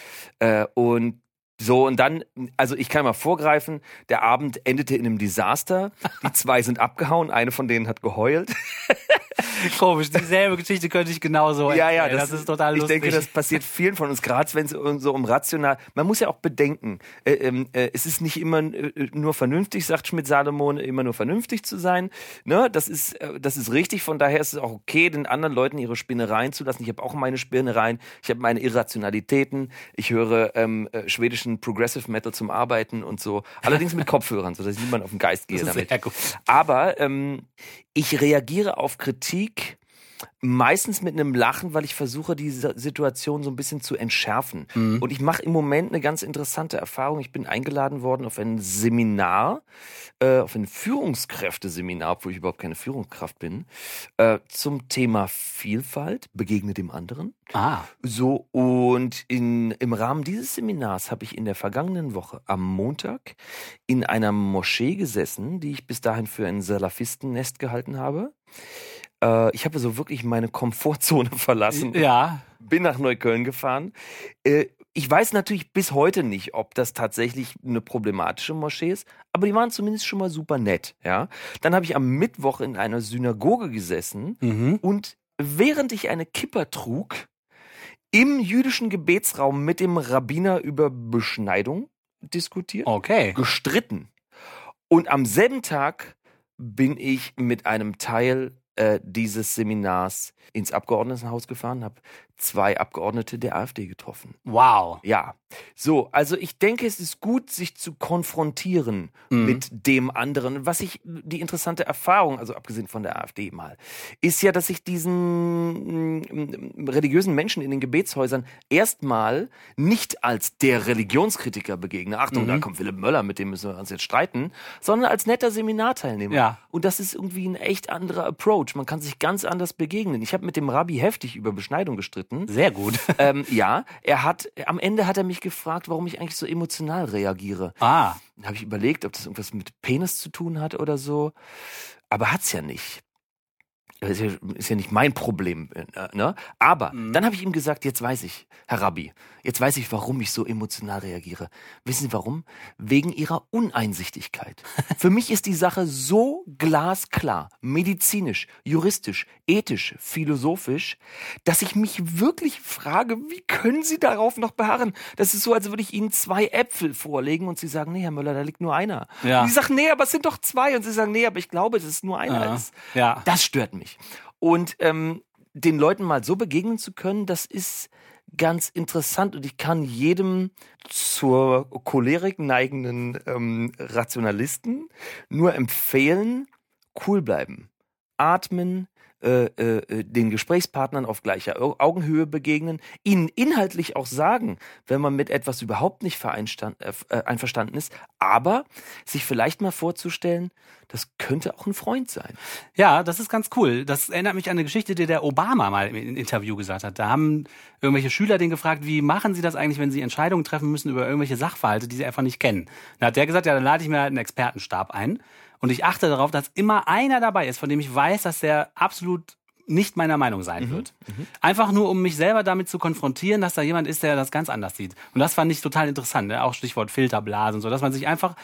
Und dann, also ich kann mal vorgreifen, der Abend endete in einem Desaster. Die 2 sind abgehauen, eine von denen hat geheult. Komisch, dieselbe Geschichte könnte ich genauso erzählen. Ja, das ist total lustig. Ich denke, das passiert vielen von uns, gerade wenn es so um rational... Man muss ja auch bedenken, es ist nicht immer nur vernünftig, sagt Schmidt-Salomon, immer nur vernünftig zu sein. Ne? Das ist richtig, von daher ist es auch okay, den anderen Leuten ihre Spinnereien zu lassen. Ich habe auch meine Spinnereien, ich habe meine Irrationalitäten, ich höre schwedischen Progressive Metal zum Arbeiten und so. Allerdings mit Kopfhörern, sodass ich niemand auf den Geist gehe damit. Sehr gut. Aber ich reagiere auf Kritik meistens mit einem Lachen, weil ich versuche, diese Situation so ein bisschen zu entschärfen. Mhm. Und ich mache im Moment eine ganz interessante Erfahrung. Ich bin eingeladen worden auf ein Seminar, auf ein Führungskräfteseminar, obwohl ich überhaupt keine Führungskraft bin, zum Thema Vielfalt, begegne dem anderen. So, und im Rahmen dieses Seminars habe ich in der vergangenen Woche am Montag in einer Moschee gesessen, die ich bis dahin für ein Salafistennest gehalten habe. Ich habe so wirklich meine Komfortzone verlassen. Ja. Bin nach Neukölln gefahren. Ich weiß natürlich bis heute nicht, ob das tatsächlich eine problematische Moschee ist, aber die waren zumindest schon mal super nett. Ja? Dann habe ich am Mittwoch in einer Synagoge gesessen und während ich eine Kippa trug, im jüdischen Gebetsraum mit dem Rabbiner über Beschneidung diskutiert, gestritten. Und am selben Tag bin ich mit einem Teil dieses Seminars ins Abgeordnetenhaus gefahren, habe 2 Abgeordnete der AfD getroffen. Wow. Ja. So, also ich denke, es ist gut, sich zu konfrontieren mit dem anderen. Die interessante Erfahrung, also abgesehen von der AfD mal, ist ja, dass ich diesen religiösen Menschen in den Gebetshäusern erstmal nicht als der Religionskritiker begegne. Achtung, da kommt Philipp Möller, mit dem müssen wir uns jetzt streiten, sondern als netter Seminarteilnehmer. Ja. Und das ist irgendwie ein echt anderer Approach. Man kann sich ganz anders begegnen. Ich habe mit dem Rabbi heftig über Beschneidung gestritten. Sehr gut. Ja, am Ende hat er mich gefragt, warum ich eigentlich so emotional reagiere. Dann habe ich überlegt, ob das irgendwas mit Penis zu tun hat oder so. Aber hat's ja nicht. Ist ja nicht mein Problem. Ne? Aber dann habe ich ihm gesagt, jetzt weiß ich, Herr Rabbi, jetzt weiß ich, warum ich so emotional reagiere. Wissen Sie warum? Wegen Ihrer Uneinsichtigkeit. Für mich ist die Sache so glasklar, medizinisch, juristisch, ethisch, philosophisch, dass ich mich wirklich frage, wie können Sie darauf noch beharren? Das ist so, als würde ich Ihnen 2 Äpfel vorlegen und Sie sagen, nee, Herr Möller, da liegt nur einer. Ja. Und Sie sagen, nee, aber es sind doch 2. Und Sie sagen, nee, aber ich glaube, dass es nur einer ist. Ja. Das stört mich. Und den Leuten mal so begegnen zu können, das ist ganz interessant, und ich kann jedem zur Cholerik neigenden Rationalisten nur empfehlen, cool bleiben, atmen, den Gesprächspartnern auf gleicher Augenhöhe begegnen, ihnen inhaltlich auch sagen, wenn man mit etwas überhaupt nicht einverstanden ist, aber sich vielleicht mal vorzustellen, das könnte auch ein Freund sein. Ja, das ist ganz cool. Das erinnert mich an eine Geschichte, die der Obama mal im Interview gesagt hat. Da haben irgendwelche Schüler den gefragt, wie machen Sie das eigentlich, wenn Sie Entscheidungen treffen müssen über irgendwelche Sachverhalte, die Sie einfach nicht kennen. Da hat der gesagt, ja, dann lade ich mir halt einen Expertenstab ein. Und ich achte darauf, dass immer einer dabei ist, von dem ich weiß, dass der absolut nicht meiner Meinung sein wird. Einfach nur, um mich selber damit zu konfrontieren, dass da jemand ist, der das ganz anders sieht. Und das fand ich total interessant, ne? Auch Stichwort Filterblasen und so, dass man sich einfach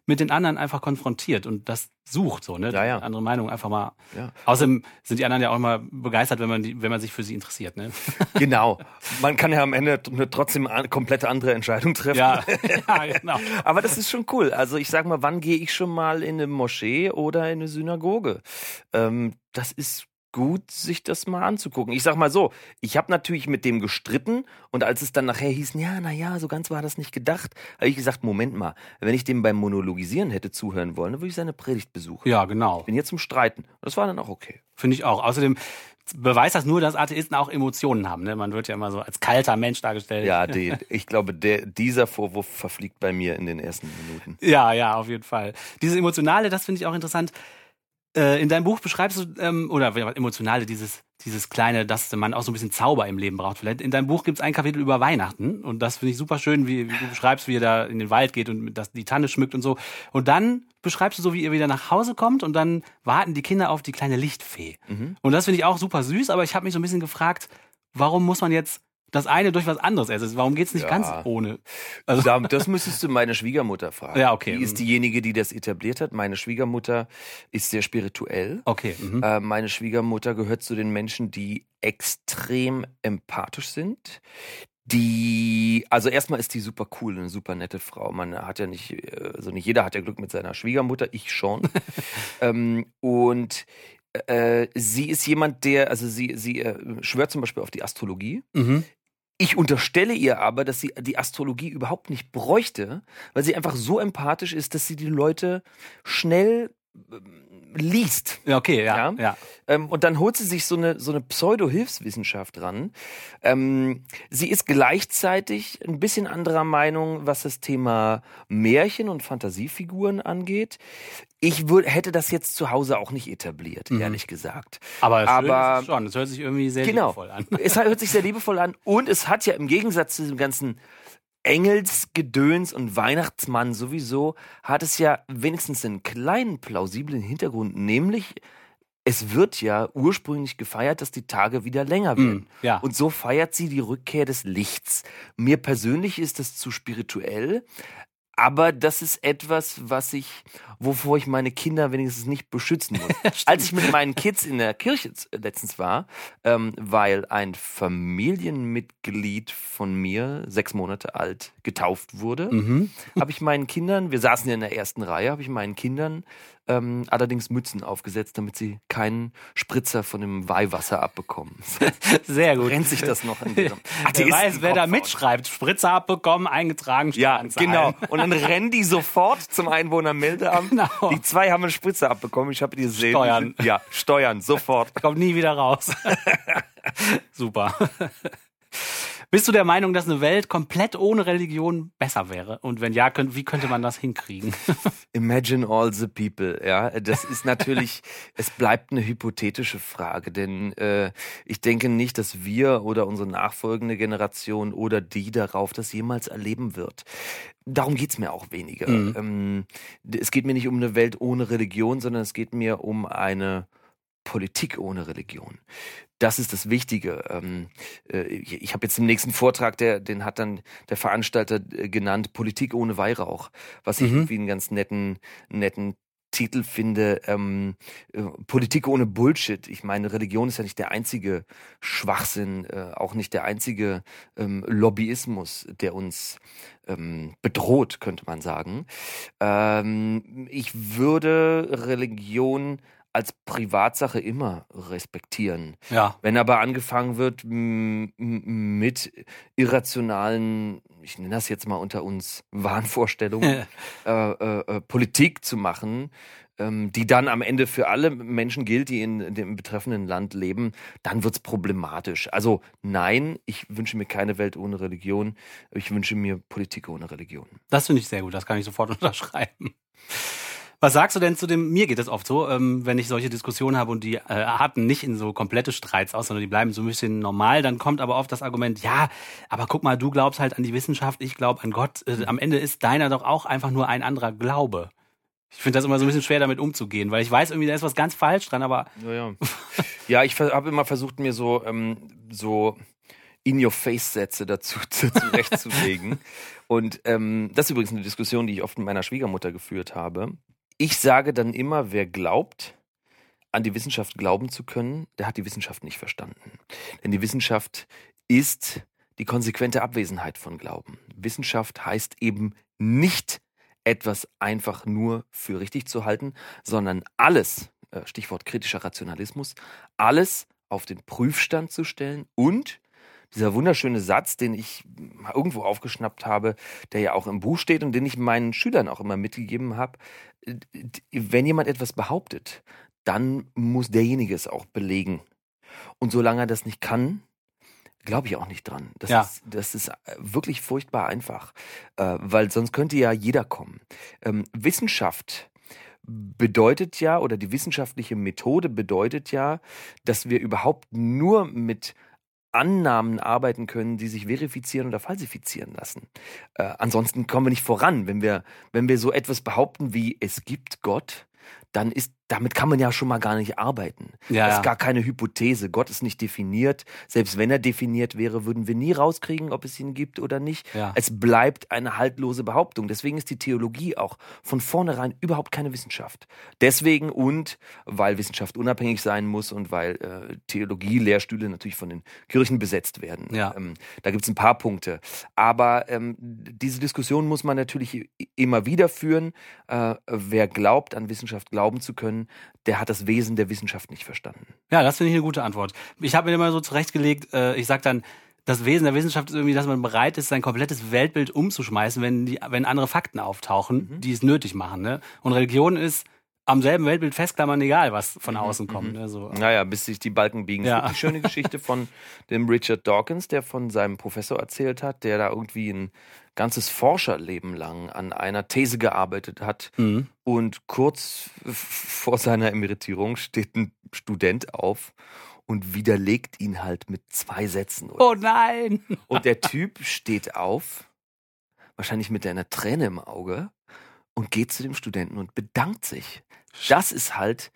mit den anderen einfach konfrontiert und das sucht so, ne? Ja. Andere Meinung einfach mal. Ja. Außerdem sind die anderen ja auch immer begeistert, wenn man sich für sie interessiert, ne? Genau. Man kann ja am Ende trotzdem eine komplett andere Entscheidung treffen. Ja, genau. Aber das ist schon cool. Also ich sag mal, wann gehe ich schon mal in eine Moschee oder in eine Synagoge? Das ist gut, sich das mal anzugucken. Ich sag mal so, ich habe natürlich mit dem gestritten und als es dann nachher hieß, so ganz war das nicht gedacht, habe ich gesagt, Moment mal, wenn ich dem beim Monologisieren hätte zuhören wollen, dann würde ich seine Predigt besuchen. Ja, genau. Ich bin hier zum Streiten. Das war dann auch okay. Finde ich auch. Außerdem beweist das nur, dass Atheisten auch Emotionen haben. Ne? Man wird ja immer so als kalter Mensch dargestellt. Ja, ich glaube, dieser Vorwurf verfliegt bei mir in den ersten Minuten. Ja, auf jeden Fall. Diese Emotionale, das finde ich auch interessant. In deinem Buch beschreibst du, Emotionale, dieses Kleine, dass man auch so ein bisschen Zauber im Leben braucht. Vielleicht in deinem Buch gibt es ein Kapitel über Weihnachten und das finde ich super schön, wie du beschreibst, wie ihr da in den Wald geht und dass die Tanne schmückt und so. Und dann beschreibst du so, wie ihr wieder nach Hause kommt und dann warten die Kinder auf die kleine Lichtfee. Mhm. Und das finde ich auch super süß, aber ich habe mich so ein bisschen gefragt, warum muss man jetzt das eine durch was anderes ersetzen? Warum geht's nicht ganz ohne? Also das müsstest du meine Schwiegermutter fragen. Ja, okay. Die ist diejenige, die das etabliert hat. Meine Schwiegermutter ist sehr spirituell. Okay. Meine Schwiegermutter gehört zu den Menschen, die extrem empathisch sind. Also erstmal ist die super cool, eine super nette Frau. Man hat ja nicht jeder hat ja Glück mit seiner Schwiegermutter, ich schon. Und sie ist jemand, sie schwört zum Beispiel auf die Astrologie. Mhm. Ich unterstelle ihr aber, dass sie die Astrologie überhaupt nicht bräuchte, weil sie einfach so empathisch ist, dass sie die Leute schnell liest. Ja, okay, ja. Und dann holt sie sich so eine Pseudo-Hilfswissenschaft ran. Sie ist gleichzeitig ein bisschen anderer Meinung, was das Thema Märchen und Fantasiefiguren angeht. Ich hätte das jetzt zu Hause auch nicht etabliert, ehrlich gesagt. Aber ist es schon. Es hört sich irgendwie sehr liebevoll an. Es hört sich sehr liebevoll an und es hat ja im Gegensatz zu diesem ganzen Engelsgedöns und Weihnachtsmann sowieso, hat es ja wenigstens einen kleinen plausiblen Hintergrund, nämlich es wird ja ursprünglich gefeiert, dass die Tage wieder länger werden. Ja. Und so feiert sie die Rückkehr des Lichts. Mir persönlich ist das zu spirituell, aber das ist etwas, wovor ich meine Kinder wenigstens nicht beschützen muss. Als ich mit meinen Kids in der Kirche letztens war, weil ein Familienmitglied von mir, 6 Monate alt, getauft wurde, habe ich meinen Kindern, wir saßen ja in der ersten Reihe, habe ich meinen Kindern allerdings Mützen aufgesetzt, damit sie keinen Spritzer von dem Weihwasser abbekommen. Sehr gut. Rennt sich das noch an diesem Wer weiß, wer da mitschreibt. Spritzer abbekommen, eingetragen, ja, genau. Und dann rennen die sofort zum Einwohnermeldeamt. Genau. Die 2 haben einen Spritzer abbekommen. Ich habe die gesehen. Steuern. Ja, Steuern, sofort. Kommt nie wieder raus. Super. Bist du der Meinung, dass eine Welt komplett ohne Religion besser wäre? Und wenn ja, wie könnte man das hinkriegen? Imagine all the people, ja. Das ist natürlich, es bleibt eine hypothetische Frage, denn ich denke nicht, dass wir oder unsere nachfolgende Generation oder die darauf das jemals erleben wird. Darum geht's mir auch weniger. Es geht mir nicht um eine Welt ohne Religion, sondern es geht mir um eine Politik ohne Religion. Das ist das Wichtige. Ich habe jetzt im nächsten Vortrag, den hat dann der Veranstalter genannt, Politik ohne Weihrauch, was ich irgendwie einen ganz netten Titel finde. Politik ohne Bullshit. Ich meine, Religion ist ja nicht der einzige Schwachsinn, auch nicht der einzige Lobbyismus, der uns bedroht, könnte man sagen. Ich würde Religion als Privatsache immer respektieren. Ja. Wenn aber angefangen wird mit irrationalen, ich nenne das jetzt mal unter uns, Wahnvorstellungen, Politik zu machen, die dann am Ende für alle Menschen gilt, die in dem betreffenden Land leben, dann wird's problematisch. Also nein, ich wünsche mir keine Welt ohne Religion, ich wünsche mir Politik ohne Religion. Das finde ich sehr gut, das kann ich sofort unterschreiben. Was sagst du denn zu dem, mir geht es oft so, wenn ich solche Diskussionen habe und die arten nicht in so komplette Streits aus, sondern die bleiben so ein bisschen normal, dann kommt aber oft das Argument, ja, aber guck mal, du glaubst halt an die Wissenschaft, ich glaube an Gott, am Ende ist deiner doch auch einfach nur ein anderer Glaube. Ich finde das immer so ein bisschen schwer, damit umzugehen, weil ich weiß irgendwie, da ist was ganz falsch dran, aber... Ja, ich habe immer versucht, mir so In-Your-Face-Sätze dazu zurechtzulegen. Und das ist übrigens eine Diskussion, die ich oft mit meiner Schwiegermutter geführt habe. Ich sage dann immer, wer glaubt, an die Wissenschaft glauben zu können, der hat die Wissenschaft nicht verstanden. Denn die Wissenschaft ist die konsequente Abwesenheit von Glauben. Wissenschaft heißt eben nicht etwas einfach nur für richtig zu halten, sondern alles, Stichwort kritischer Rationalismus, alles auf den Prüfstand zu stellen und dieser wunderschöne Satz, den ich irgendwo aufgeschnappt habe, der ja auch im Buch steht und den ich meinen Schülern auch immer mitgegeben habe, wenn jemand etwas behauptet, dann muss derjenige es auch belegen. Und solange er das nicht kann, glaube ich auch nicht dran. Das ist wirklich furchtbar einfach, weil sonst könnte ja jeder kommen. Wissenschaft bedeutet ja, oder die wissenschaftliche Methode bedeutet ja, dass wir überhaupt nur mit Annahmen arbeiten können, die sich verifizieren oder falsifizieren lassen. Ansonsten kommen wir nicht voran. Wenn wir so etwas behaupten wie es gibt Gott, dann damit kann man ja schon mal gar nicht arbeiten. Das ist gar keine Hypothese. Gott ist nicht definiert. Selbst wenn er definiert wäre, würden wir nie rauskriegen, ob es ihn gibt oder nicht. Ja. Es bleibt eine haltlose Behauptung. Deswegen ist die Theologie auch von vornherein überhaupt keine Wissenschaft. Deswegen und weil Wissenschaft unabhängig sein muss und weil Theologie-Lehrstühle natürlich von den Kirchen besetzt werden. Ja. Da gibt es ein paar Punkte. Aber diese Diskussion muss man natürlich immer wieder führen. Wer glaubt, an Wissenschaft glauben zu können, der hat das Wesen der Wissenschaft nicht verstanden. Ja, das finde ich eine gute Antwort. Ich habe mir immer so zurechtgelegt, ich sage dann, das Wesen der Wissenschaft ist irgendwie, dass man bereit ist, sein komplettes Weltbild umzuschmeißen, wenn andere Fakten auftauchen, die es nötig machen. Ne? Und Religion ist am selben Weltbild festklammern, egal was von außen kommt. Ne? So. Naja, bis sich die Balken biegen. Ja. Es gibt eine schöne Geschichte von dem Richard Dawkins, der von seinem Professor erzählt hat, der da irgendwie ein ganzes Forscherleben lang an einer These gearbeitet hat. Und kurz vor seiner Emeritierung steht ein Student auf und widerlegt ihn halt mit 2 Sätzen. Oh nein! Und der Typ steht auf, wahrscheinlich mit einer Träne im Auge, und geht zu dem Studenten und bedankt sich. Das ist halt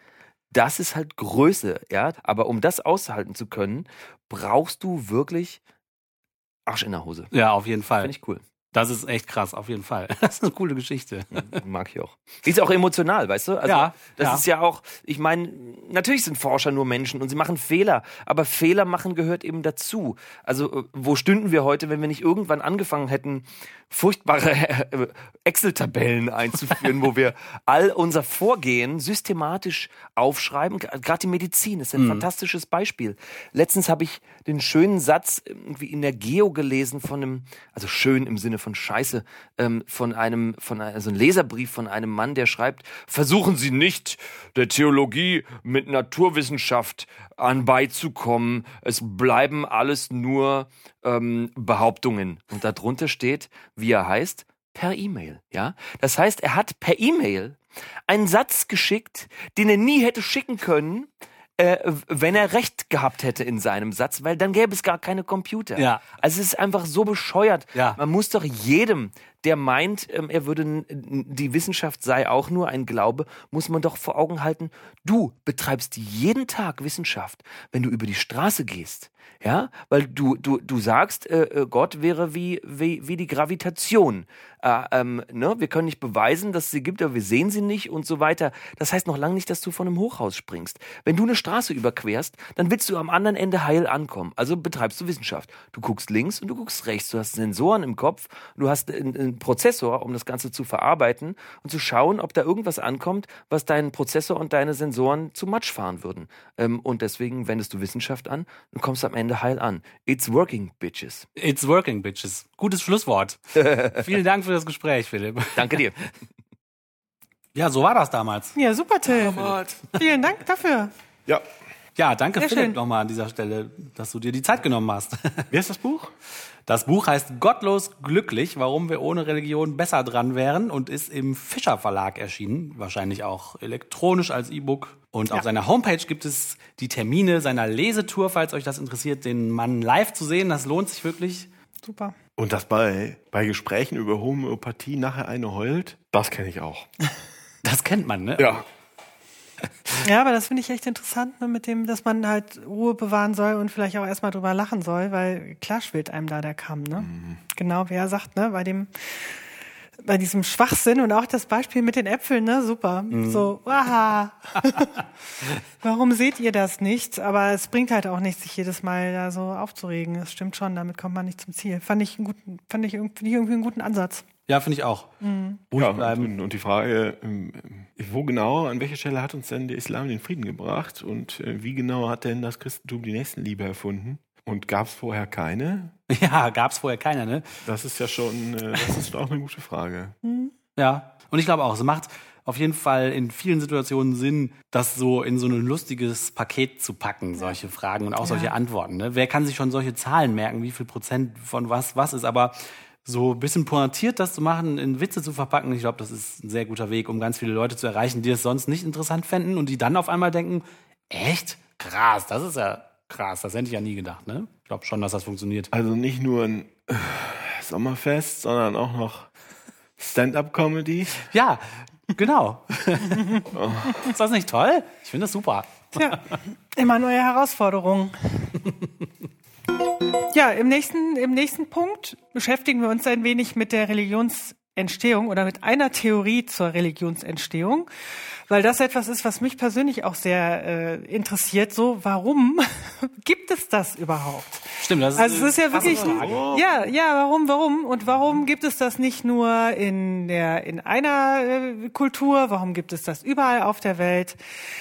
Größe, ja. Aber um das aushalten zu können, brauchst du wirklich Arsch in der Hose. Ja, auf jeden Fall. Finde ich cool. Das ist echt krass, auf jeden Fall. Das ist eine coole Geschichte. Mag ich auch. Die ist auch emotional, weißt du? Also, das ist ja auch, ich meine, natürlich sind Forscher nur Menschen und sie machen Fehler, aber Fehler machen gehört eben dazu. Also, wo stünden wir heute, wenn wir nicht irgendwann angefangen hätten, furchtbare Excel-Tabellen einzuführen, wo wir all unser Vorgehen systematisch aufschreiben? Gerade die Medizin ist ein fantastisches Beispiel. Letztens habe ich den schönen Satz irgendwie in der Geo gelesen von einem, also schön im Sinne von Scheiße, also ein Leserbrief von einem Mann, der schreibt: Versuchen Sie nicht, der Theologie mit Naturwissenschaft anbeizukommen. Es bleiben alles nur Behauptungen. Und darunter steht, wie er heißt, per E-Mail. Ja? Das heißt, er hat per E-Mail einen Satz geschickt, den er nie hätte schicken können, wenn er recht gehabt hätte in seinem Satz, weil dann gäbe es gar keine Computer. Ja. Also es ist einfach so bescheuert. Ja. Man muss doch jedem, der meint, er würde, die Wissenschaft sei auch nur ein Glaube, muss man doch vor Augen halten, du betreibst jeden Tag Wissenschaft, wenn du über die Straße gehst. Ja, weil du sagst, Gott wäre wie die Gravitation. Wir können nicht beweisen, dass es sie gibt, aber wir sehen sie nicht und so weiter. Das heißt noch lange nicht, dass du von einem Hochhaus springst. Wenn du eine Straße überquerst, dann willst du am anderen Ende heil ankommen. Also betreibst du Wissenschaft. Du guckst links und du guckst rechts. Du hast Sensoren im Kopf, du hast einen Prozessor, um das Ganze zu verarbeiten und zu schauen, ob da irgendwas ankommt, was deinen Prozessor und deine Sensoren zu Matsch fahren würden. Und deswegen wendest du Wissenschaft an und kommst am Ende heil an. It's working, bitches. It's working, bitches. Gutes Schlusswort. Vielen Dank für das Gespräch, Philipp. Danke dir. Ja, so war das damals. Ja, super, Till. Vielen Dank dafür. Ja, danke sehr Philipp nochmal an dieser Stelle, dass du dir die Zeit genommen hast. Wie heißt das Buch? Das Buch heißt Gottlos glücklich, warum wir ohne Religion besser dran wären und ist im Fischer Verlag erschienen, wahrscheinlich auch elektronisch als E-Book. Und auf seiner Homepage gibt es die Termine seiner Lesetour, falls euch das interessiert, den Mann live zu sehen. Das lohnt sich wirklich. Super. Und dass bei Gesprächen über Homöopathie nachher eine heult, das kenne ich auch. Das kennt man, ne? Ja. Ja, aber das finde ich echt interessant, ne, mit dem, dass man halt Ruhe bewahren soll und vielleicht auch erstmal drüber lachen soll, weil klar schwillt einem da der Kamm, ne? Genau, wie er sagt, ne, bei diesem Schwachsinn und auch das Beispiel mit den Äpfeln, ne, super. So, aha. Warum seht ihr das nicht? Aber es bringt halt auch nichts, sich jedes Mal da so aufzuregen. Das stimmt schon, damit kommt man nicht zum Ziel. Fand ich irgendwie einen guten Ansatz. Ja, finde ich auch. Ruhig bleiben. Und die Frage, wo genau, an welcher Stelle hat uns denn der Islam den Frieden gebracht und wie genau hat denn das Christentum die Nächstenliebe erfunden? Und gab es vorher keine? Ja, gab es vorher keine, ne? Das ist ja schon, das ist auch eine gute Frage. Ja, und ich glaube auch, es macht auf jeden Fall in vielen Situationen Sinn, das so in so ein lustiges Paket zu packen, solche Fragen und auch solche Antworten. Ne? Wer kann sich schon solche Zahlen merken, wie viel Prozent von was ist, aber so ein bisschen pointiert das zu machen, in Witze zu verpacken, ich glaube, das ist ein sehr guter Weg, um ganz viele Leute zu erreichen, die es sonst nicht interessant fänden und die dann auf einmal denken, echt? Krass, das ist ja krass, das hätte ich ja nie gedacht, ne? Ich glaube schon, dass das funktioniert. Also nicht nur ein Sommerfest, sondern auch noch Stand-up-Comedy. Ja, genau. Ist das nicht toll? Ich finde das super. Tja, immer neue Herausforderungen. Ja, im nächsten Punkt beschäftigen wir uns ein wenig mit der Religionsentstehung oder mit einer Theorie zur Religionsentstehung, weil das etwas ist, was mich persönlich auch sehr interessiert. So, warum gibt es das überhaupt? Stimmt, das ist also es ist ja wirklich warum und warum gibt es das nicht nur in einer Kultur? Warum gibt es das überall auf der Welt?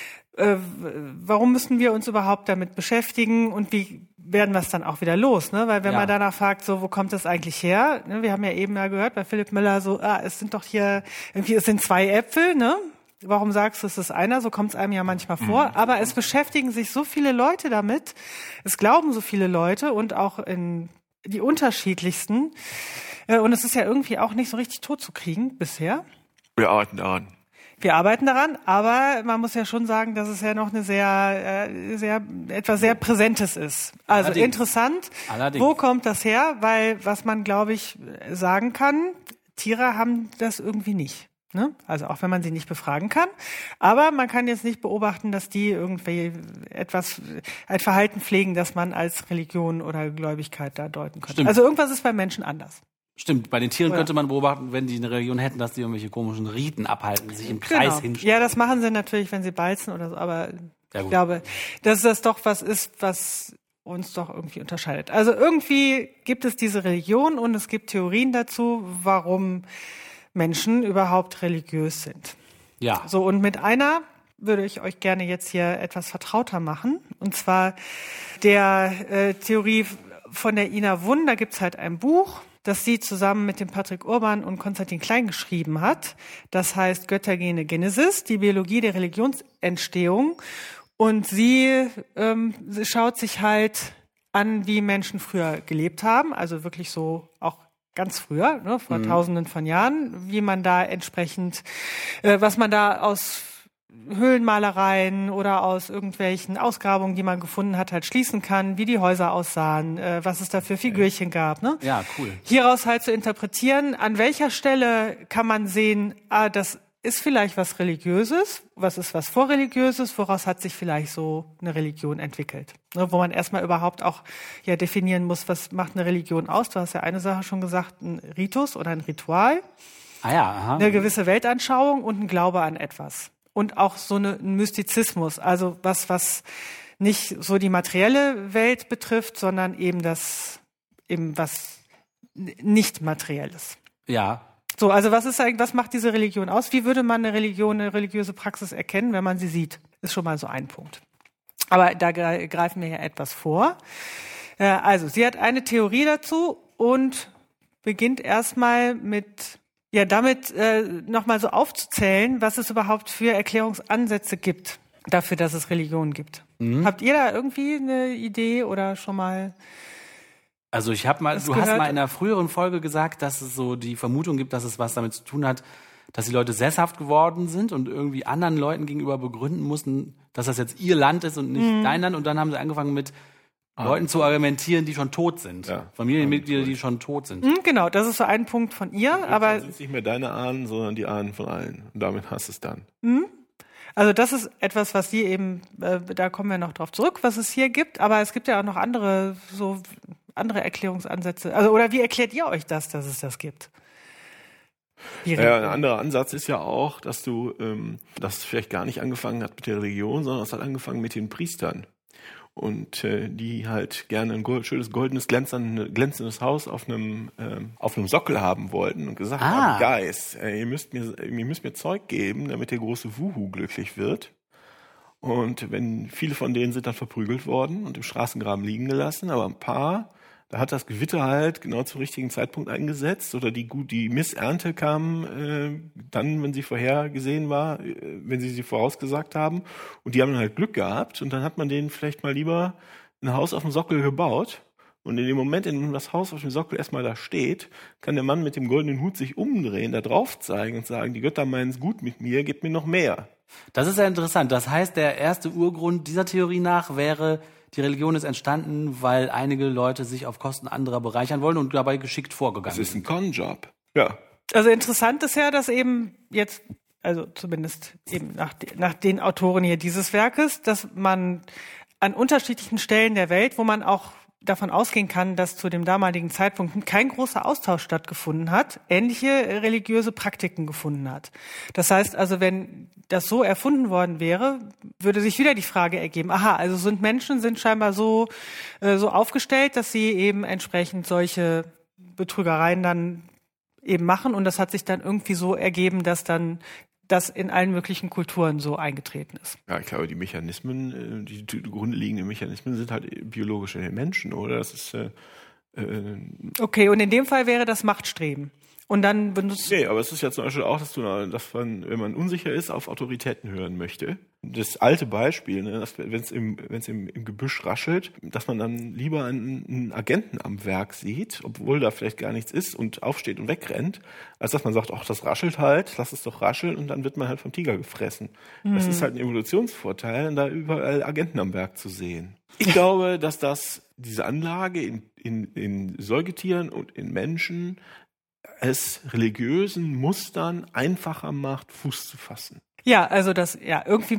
Warum müssen wir uns überhaupt damit beschäftigen und wie werden wir es dann auch wieder los, ne? Weil wenn man danach fragt, so, wo kommt das eigentlich her? Ne? Wir haben ja eben gehört bei Philipp Müller so, es sind doch hier irgendwie, es sind 2 Äpfel, ne? Warum sagst du, es ist einer? So kommt es einem ja manchmal vor. Aber es beschäftigen sich so viele Leute damit. Es glauben so viele Leute und auch in die unterschiedlichsten. Und es ist ja irgendwie auch nicht so richtig tot zu kriegen bisher. Wir arbeiten daran. Wir arbeiten daran, aber man muss ja schon sagen, dass es ja noch eine etwas sehr Präsentes ist. Also Allerdings. Interessant. Allerdings. Wo kommt das her? Weil was man, glaube ich, sagen kann, Tiere haben das irgendwie nicht. Ne? Also auch wenn man sie nicht befragen kann. Aber man kann jetzt nicht beobachten, dass die irgendwie ein Verhalten pflegen, das man als Religion oder Gläubigkeit da deuten könnte. Stimmt. Also irgendwas ist bei Menschen anders. Stimmt, bei den Tieren könnte man beobachten, wenn die eine Religion hätten, dass die irgendwelche komischen Riten abhalten, sich im Kreis hinstellen. Ja, das machen sie natürlich, wenn sie balzen oder so, aber ich glaube, dass das doch was ist, was uns doch irgendwie unterscheidet. Also irgendwie gibt es diese Religion und es gibt Theorien dazu, warum Menschen überhaupt religiös sind. Ja. So, und mit einer würde ich euch gerne jetzt hier etwas vertrauter machen. Und zwar der Theorie von der Ina Wunn. Da gibt's halt ein Buch, das sie zusammen mit dem Patrick Urban und Konstantin Klein geschrieben hat. Das heißt Göttergene Genesis, die Biologie der Religionsentstehung. Und sie schaut sich halt an, wie Menschen früher gelebt haben, also wirklich so auch ganz früher, ne, vor Tausenden von Jahren, wie man da entsprechend, was man da aus Höhlenmalereien oder aus irgendwelchen Ausgrabungen, die man gefunden hat, halt schließen kann, wie die Häuser aussahen, was es da für Figürchen gab. Ne? Ja, cool. Hieraus halt zu interpretieren, an welcher Stelle kann man sehen, das ist vielleicht was Religiöses, was ist was Vorreligiöses, woraus hat sich vielleicht so eine Religion entwickelt. Ne, wo man erstmal überhaupt auch ja definieren muss, was macht eine Religion aus. Du hast ja eine Sache schon gesagt, ein Ritus oder ein Ritual, eine gewisse Weltanschauung und ein Glaube an etwas. Und auch so ein Mystizismus, also was nicht so die materielle Welt betrifft, sondern eben was nicht Materielles. Ja. So, also was macht diese Religion aus? Wie würde man eine religiöse Praxis erkennen, wenn man sie sieht? Ist schon mal so ein Punkt. Aber da greifen wir ja etwas vor. Also, sie hat eine Theorie dazu und beginnt erstmal damit nochmal so aufzuzählen, was es überhaupt für Erklärungsansätze gibt dafür, dass es Religionen gibt. Habt ihr da irgendwie eine Idee oder schon mal? Also du hast mal in einer früheren Folge gesagt, dass es so die Vermutung gibt, dass es was damit zu tun hat, dass die Leute sesshaft geworden sind und irgendwie anderen Leuten gegenüber begründen mussten, dass das jetzt ihr Land ist und nicht dein Land. Und dann haben sie angefangen mit Leuten zu argumentieren, die schon tot sind. Ja. Familienmitglieder, die schon tot sind. Genau, das ist so ein Punkt von ihr. Aber das sind nicht mehr deine Ahnen, sondern die Ahnen von allen. Und damit hast du es dann. Also das ist etwas, was Sie eben, da kommen wir noch drauf zurück, was es hier gibt. Aber es gibt ja auch noch andere Erklärungsansätze. Also, oder wie erklärt ihr euch das, dass es das gibt? Ja, ein anderer Ansatz ist ja auch, dass das vielleicht gar nicht angefangen hat mit der Religion, sondern es hat angefangen mit den Priestern. Und die halt gerne ein schönes, goldenes, glänzendes Haus auf einem Sockel haben wollten und gesagt haben, Guys, ihr müsst mir Zeug geben, damit der große Wuhu glücklich wird. Und viele von denen sind dann verprügelt worden und im Straßengraben liegen gelassen, aber ein paar, da hat das Gewitter halt genau zum richtigen Zeitpunkt eingesetzt oder die Missernte kam dann, wenn sie vorhergesehen war, wenn sie vorausgesagt haben. Und die haben dann halt Glück gehabt und dann hat man denen vielleicht mal lieber ein Haus auf dem Sockel gebaut. Und in dem Moment, in dem das Haus auf dem Sockel erstmal da steht, kann der Mann mit dem goldenen Hut sich umdrehen, da drauf zeigen und sagen, die Götter meinen es gut mit mir, gebt mir noch mehr. Das ist ja interessant. Das heißt, der erste Urgrund dieser Theorie nach wäre, die Religion ist entstanden, weil einige Leute sich auf Kosten anderer bereichern wollen und dabei geschickt vorgegangen sind. Das ist ein Con-Job. Ja. Also interessant ist ja, dass eben jetzt, also zumindest eben nach den Autoren hier dieses Werkes, dass man an unterschiedlichen Stellen der Welt, wo man auch davon ausgehen kann, dass zu dem damaligen Zeitpunkt kein großer Austausch stattgefunden hat, ähnliche religiöse Praktiken gefunden hat. Das heißt also, wenn das so erfunden worden wäre, würde sich wieder die Frage ergeben, also Menschen sind scheinbar so aufgestellt, dass sie eben entsprechend solche Betrügereien dann eben machen und das hat sich dann irgendwie so ergeben, dass dann das in allen möglichen Kulturen so eingetreten ist. Ja, ich glaube, die Mechanismen, die grundlegenden Mechanismen sind halt biologische Menschen, oder? Das ist okay, und in dem Fall wäre das Machtstreben. Und dann benutzt. Nee, aber es ist ja zum Beispiel auch, dass man, wenn man unsicher ist, auf Autoritäten hören möchte. Das alte Beispiel, ne, dass wenn es im Gebüsch raschelt, dass man dann lieber einen Agenten am Werk sieht, obwohl da vielleicht gar nichts ist und aufsteht und wegrennt, als dass man sagt, ach, das raschelt halt, lass es doch rascheln und dann wird man halt vom Tiger gefressen. Das ist halt ein Evolutionsvorteil, da überall Agenten am Werk zu sehen. Ich glaube, dass diese Anlage in Säugetieren und in Menschen es religiösen Mustern einfacher macht, Fuß zu fassen. Ja, also irgendwie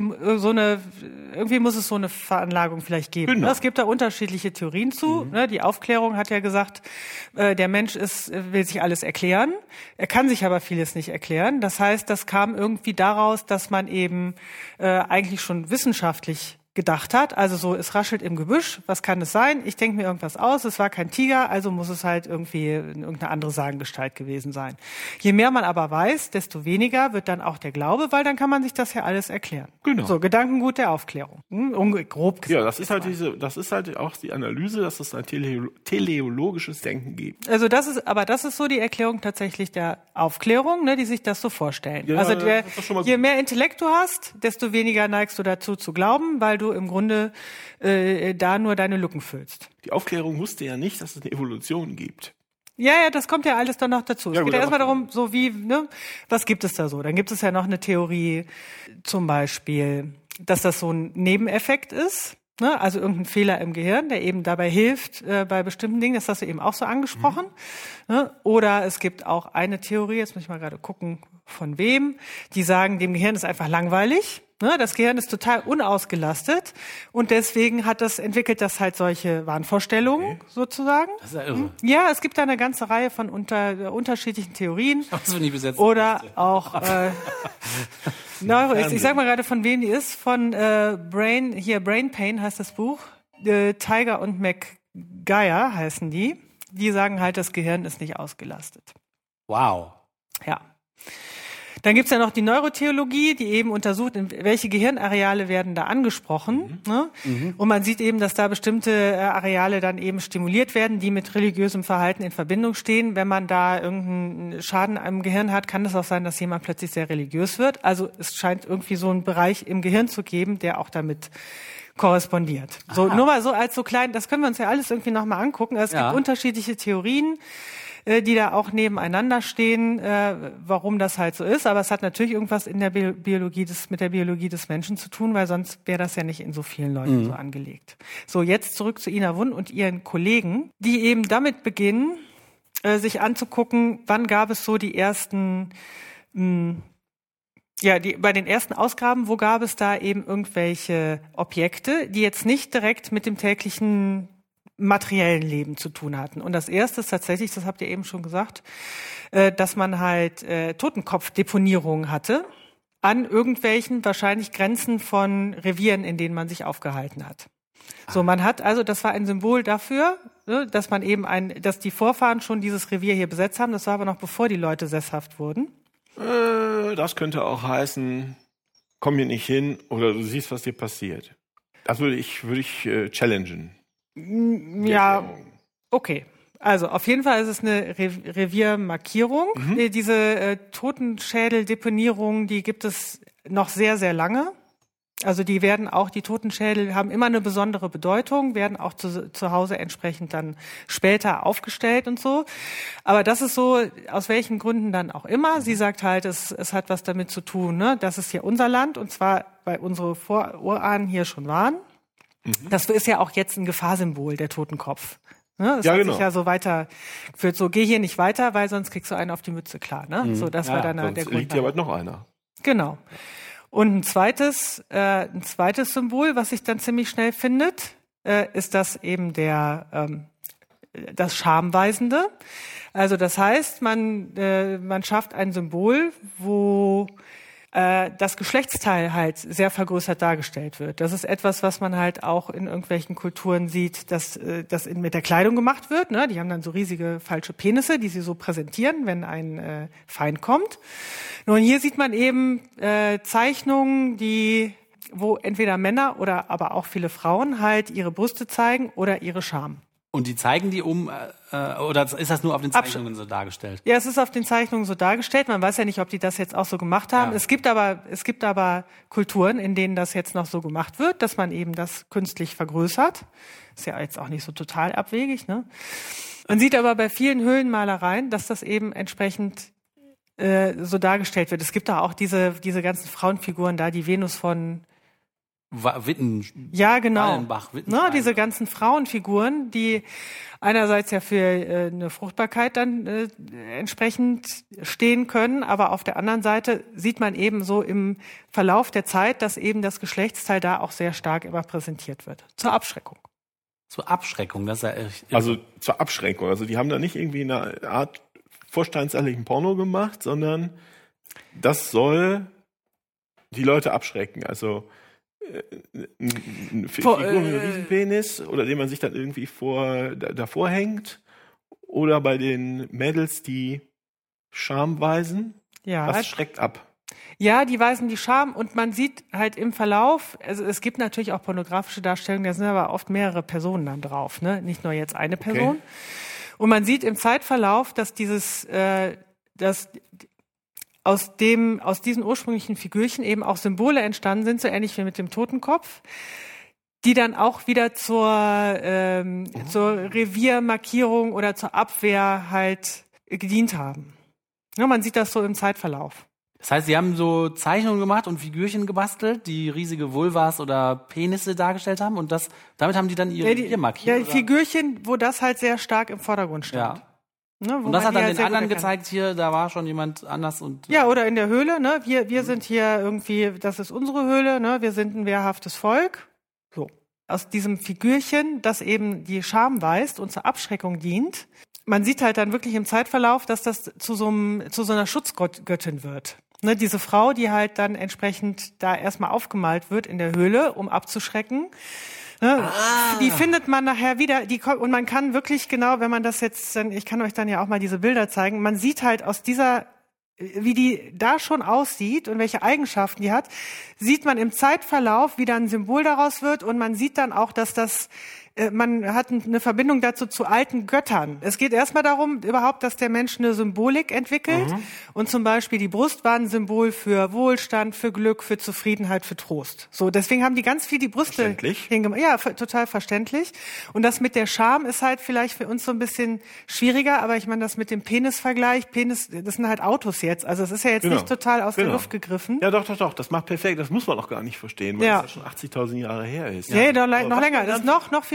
muss es so eine Veranlagung vielleicht geben. Genau. Es gibt da unterschiedliche Theorien zu. Die Aufklärung hat ja gesagt, der Mensch will sich alles erklären. Er kann sich aber vieles nicht erklären. Das heißt, das kam irgendwie daraus, dass man eben eigentlich schon wissenschaftlich gedacht hat. Also so, es raschelt im Gebüsch. Was kann es sein? Ich denke mir irgendwas aus. Es war kein Tiger, also muss es halt irgendwie irgendeine andere Sagengestalt gewesen sein. Je mehr man aber weiß, desto weniger wird dann auch der Glaube, weil dann kann man sich das ja alles erklären. Genau. So, Gedankengut der Aufklärung. Grob gesagt. Ja, das ist halt auch die Analyse, dass es ein teleologisches Denken gibt. Also das ist so die Erklärung tatsächlich der Aufklärung, ne, die sich das so vorstellen. Ja, also je gut. mehr Intellekt du hast, desto weniger neigst du dazu zu glauben, weil du im Grunde da nur deine Lücken füllst. Die Aufklärung wusste ja nicht, dass es eine Evolution gibt. Ja, das kommt ja alles dann noch dazu. Ja, es geht ja erstmal darum, so wie, ne, was gibt es da so? Dann gibt es ja noch eine Theorie, zum Beispiel, dass das so ein Nebeneffekt ist. Ne? Also irgendein Fehler im Gehirn, der eben dabei hilft bei bestimmten Dingen. Das hast du eben auch so angesprochen. Ne? Oder es gibt auch eine Theorie, jetzt muss ich mal gerade gucken, von wem, die sagen, dem Gehirn ist einfach langweilig. Ne? Das Gehirn ist total unausgelastet und deswegen entwickelt das halt solche Wahnvorstellungen sozusagen. Das ist ja irre. Ja, es gibt da eine ganze Reihe von unterschiedlichen Theorien. Das finde ich bis jetzt oder auch ich sag mal gerade, von wem die ist. Von Brain Pain heißt das Buch. Tiger und McGuire heißen die. Die sagen halt, das Gehirn ist nicht ausgelastet. Wow. Ja. Dann gibt's ja noch die Neurotheologie, die eben untersucht, welche Gehirnareale werden da angesprochen. Ne? Und man sieht eben, dass da bestimmte Areale dann eben stimuliert werden, die mit religiösem Verhalten in Verbindung stehen. Wenn man da irgendeinen Schaden am Gehirn hat, kann es auch sein, dass jemand plötzlich sehr religiös wird. Also es scheint irgendwie so einen Bereich im Gehirn zu geben, der auch damit korrespondiert. So, nur mal so als so klein, das können wir uns ja alles irgendwie nochmal angucken. Es gibt unterschiedliche Theorien, die da auch nebeneinander stehen, warum das halt so ist. Aber es hat natürlich irgendwas in der mit der Biologie des Menschen zu tun, weil sonst wäre das ja nicht in so vielen Leuten so angelegt. So, jetzt zurück zu Ina Wunn und ihren Kollegen, die eben damit beginnen, sich anzugucken, wann gab es so die ersten Ja, bei den ersten Ausgaben, wo gab es da eben irgendwelche Objekte, die jetzt nicht direkt mit dem täglichen materiellen Leben zu tun hatten. Und das erste ist tatsächlich, das habt ihr eben schon gesagt, dass man halt Totenkopfdeponierungen hatte an irgendwelchen wahrscheinlich Grenzen von Revieren, in denen man sich aufgehalten hat. So, man hat also, das war ein Symbol dafür, dass man eben dass die Vorfahren schon dieses Revier hier besetzt haben. Das war aber noch bevor die Leute sesshaft wurden. Das könnte auch heißen, komm hier nicht hin oder du siehst, was dir passiert. Das würde ich challengen. Ja, okay. Also auf jeden Fall ist es eine Reviermarkierung. Diese Totenschädeldeponierung, die gibt es noch sehr, sehr lange. Also die Totenschädel haben immer eine besondere Bedeutung, werden auch zu Hause entsprechend dann später aufgestellt und so. Aber das ist so, aus welchen Gründen dann auch immer. Sie sagt halt, es hat was damit zu tun, ne? Das ist hier unser Land und zwar, weil unsere Vorurahnen hier schon waren. Das ist ja auch jetzt ein Gefahrsymbol, der Totenkopf. Ne? Das hat sich ja so weitergeführt. So, geh hier nicht weiter, weil sonst kriegst du einen auf die Mütze, klar. Ne? So, das war dann der Grund. Liegt ja bald noch einer. Genau. Und ein zweites Symbol, was sich dann ziemlich schnell findet, ist das eben das Schamweisende. Also das heißt, man schafft ein Symbol, wo das Geschlechtsteil halt sehr vergrößert dargestellt wird. Das ist etwas, was man halt auch in irgendwelchen Kulturen sieht, dass das mit der Kleidung gemacht wird. Ne? Die haben dann so riesige falsche Penisse, die sie so präsentieren, wenn ein Feind kommt. Nun, hier sieht man eben Zeichnungen, wo entweder Männer oder aber auch viele Frauen halt ihre Brüste zeigen oder ihre Scham. Und die zeigen die oder ist das nur auf den Zeichnungen so dargestellt? Ja, es ist auf den Zeichnungen so dargestellt. Man weiß ja nicht, ob die das jetzt auch so gemacht haben. Ja. Es gibt aber Kulturen, in denen das jetzt noch so gemacht wird, dass man eben das künstlich vergrößert. Ist ja jetzt auch nicht so total abwegig, ne? Man sieht aber bei vielen Höhlenmalereien, dass das eben entsprechend so dargestellt wird. Es gibt da auch diese ganzen Frauenfiguren da, die Venus von ja, genau. Wallenbach, diese ganzen Frauenfiguren, die einerseits ja für eine Fruchtbarkeit dann entsprechend stehen können, aber auf der anderen Seite sieht man eben so im Verlauf der Zeit, dass eben das Geschlechtsteil da auch sehr stark immer präsentiert wird. Zur Abschreckung. Zur Abschreckung, das ist ja echt. Also zur Abschreckung. Also die haben da nicht irgendwie eine Art vorsteinserlichen Porno gemacht, sondern das soll die Leute abschrecken. Also eine Figur mit einem Riesenpenis oder den man sich dann irgendwie davor hängt oder bei den Mädels, die Scham weisen. Ja. Was schreckt ab? Ja, die weisen die Scham und man sieht halt im Verlauf, also es gibt natürlich auch pornografische Darstellungen, da sind aber oft mehrere Personen dann drauf, ne? Nicht nur jetzt eine Person. Okay. Und man sieht im Zeitverlauf, dass aus diesen ursprünglichen Figürchen eben auch Symbole entstanden sind, so ähnlich wie mit dem Totenkopf, die dann auch wieder zur Reviermarkierung oder zur Abwehr halt gedient haben. Ja, man sieht das so im Zeitverlauf. Das heißt, sie haben so Zeichnungen gemacht und Figürchen gebastelt, die riesige Vulvas oder Penisse dargestellt haben und damit haben die dann ihr Revier markiert? Ja, Figürchen, wo das halt sehr stark im Vordergrund stand. Ja. Ne, und das hat dann den anderen gezeigt, hier, da war schon jemand anders und. Ja, oder in der Höhle, ne? Wir sind hier irgendwie, das ist unsere Höhle, ne? Wir sind ein wehrhaftes Volk. So. Aus diesem Figürchen, das eben die Scham weist und zur Abschreckung dient. Man sieht halt dann wirklich im Zeitverlauf, dass das zu so einer Schutzgöttin wird. Ne? Diese Frau, die halt dann entsprechend da erstmal aufgemalt wird in der Höhle, um abzuschrecken. Die findet man nachher wieder, und man kann wirklich genau, wenn man das jetzt, ich kann euch dann ja auch mal diese Bilder zeigen, man sieht halt aus dieser, wie die da schon aussieht und welche Eigenschaften die hat, sieht man im Zeitverlauf, wie dann ein Symbol daraus wird und man sieht dann auch, dass man hat eine Verbindung dazu zu alten Göttern. Es geht erstmal darum, überhaupt, dass der Mensch eine Symbolik entwickelt. Und zum Beispiel die Brust war ein Symbol für Wohlstand, für Glück, für Zufriedenheit, für Trost. So, deswegen haben die ganz viel die Brüste hingemacht. Ja, total verständlich. Und das mit der Scham ist halt vielleicht für uns so ein bisschen schwieriger, aber ich meine, das mit dem Penisvergleich, das sind halt Autos jetzt. Also es ist ja jetzt nicht total aus der Luft gegriffen. Ja, doch. Das macht perfekt. Das muss man auch gar nicht verstehen, weil das schon 80.000 Jahre her ist. Ja, noch länger. Das ist noch viel länger.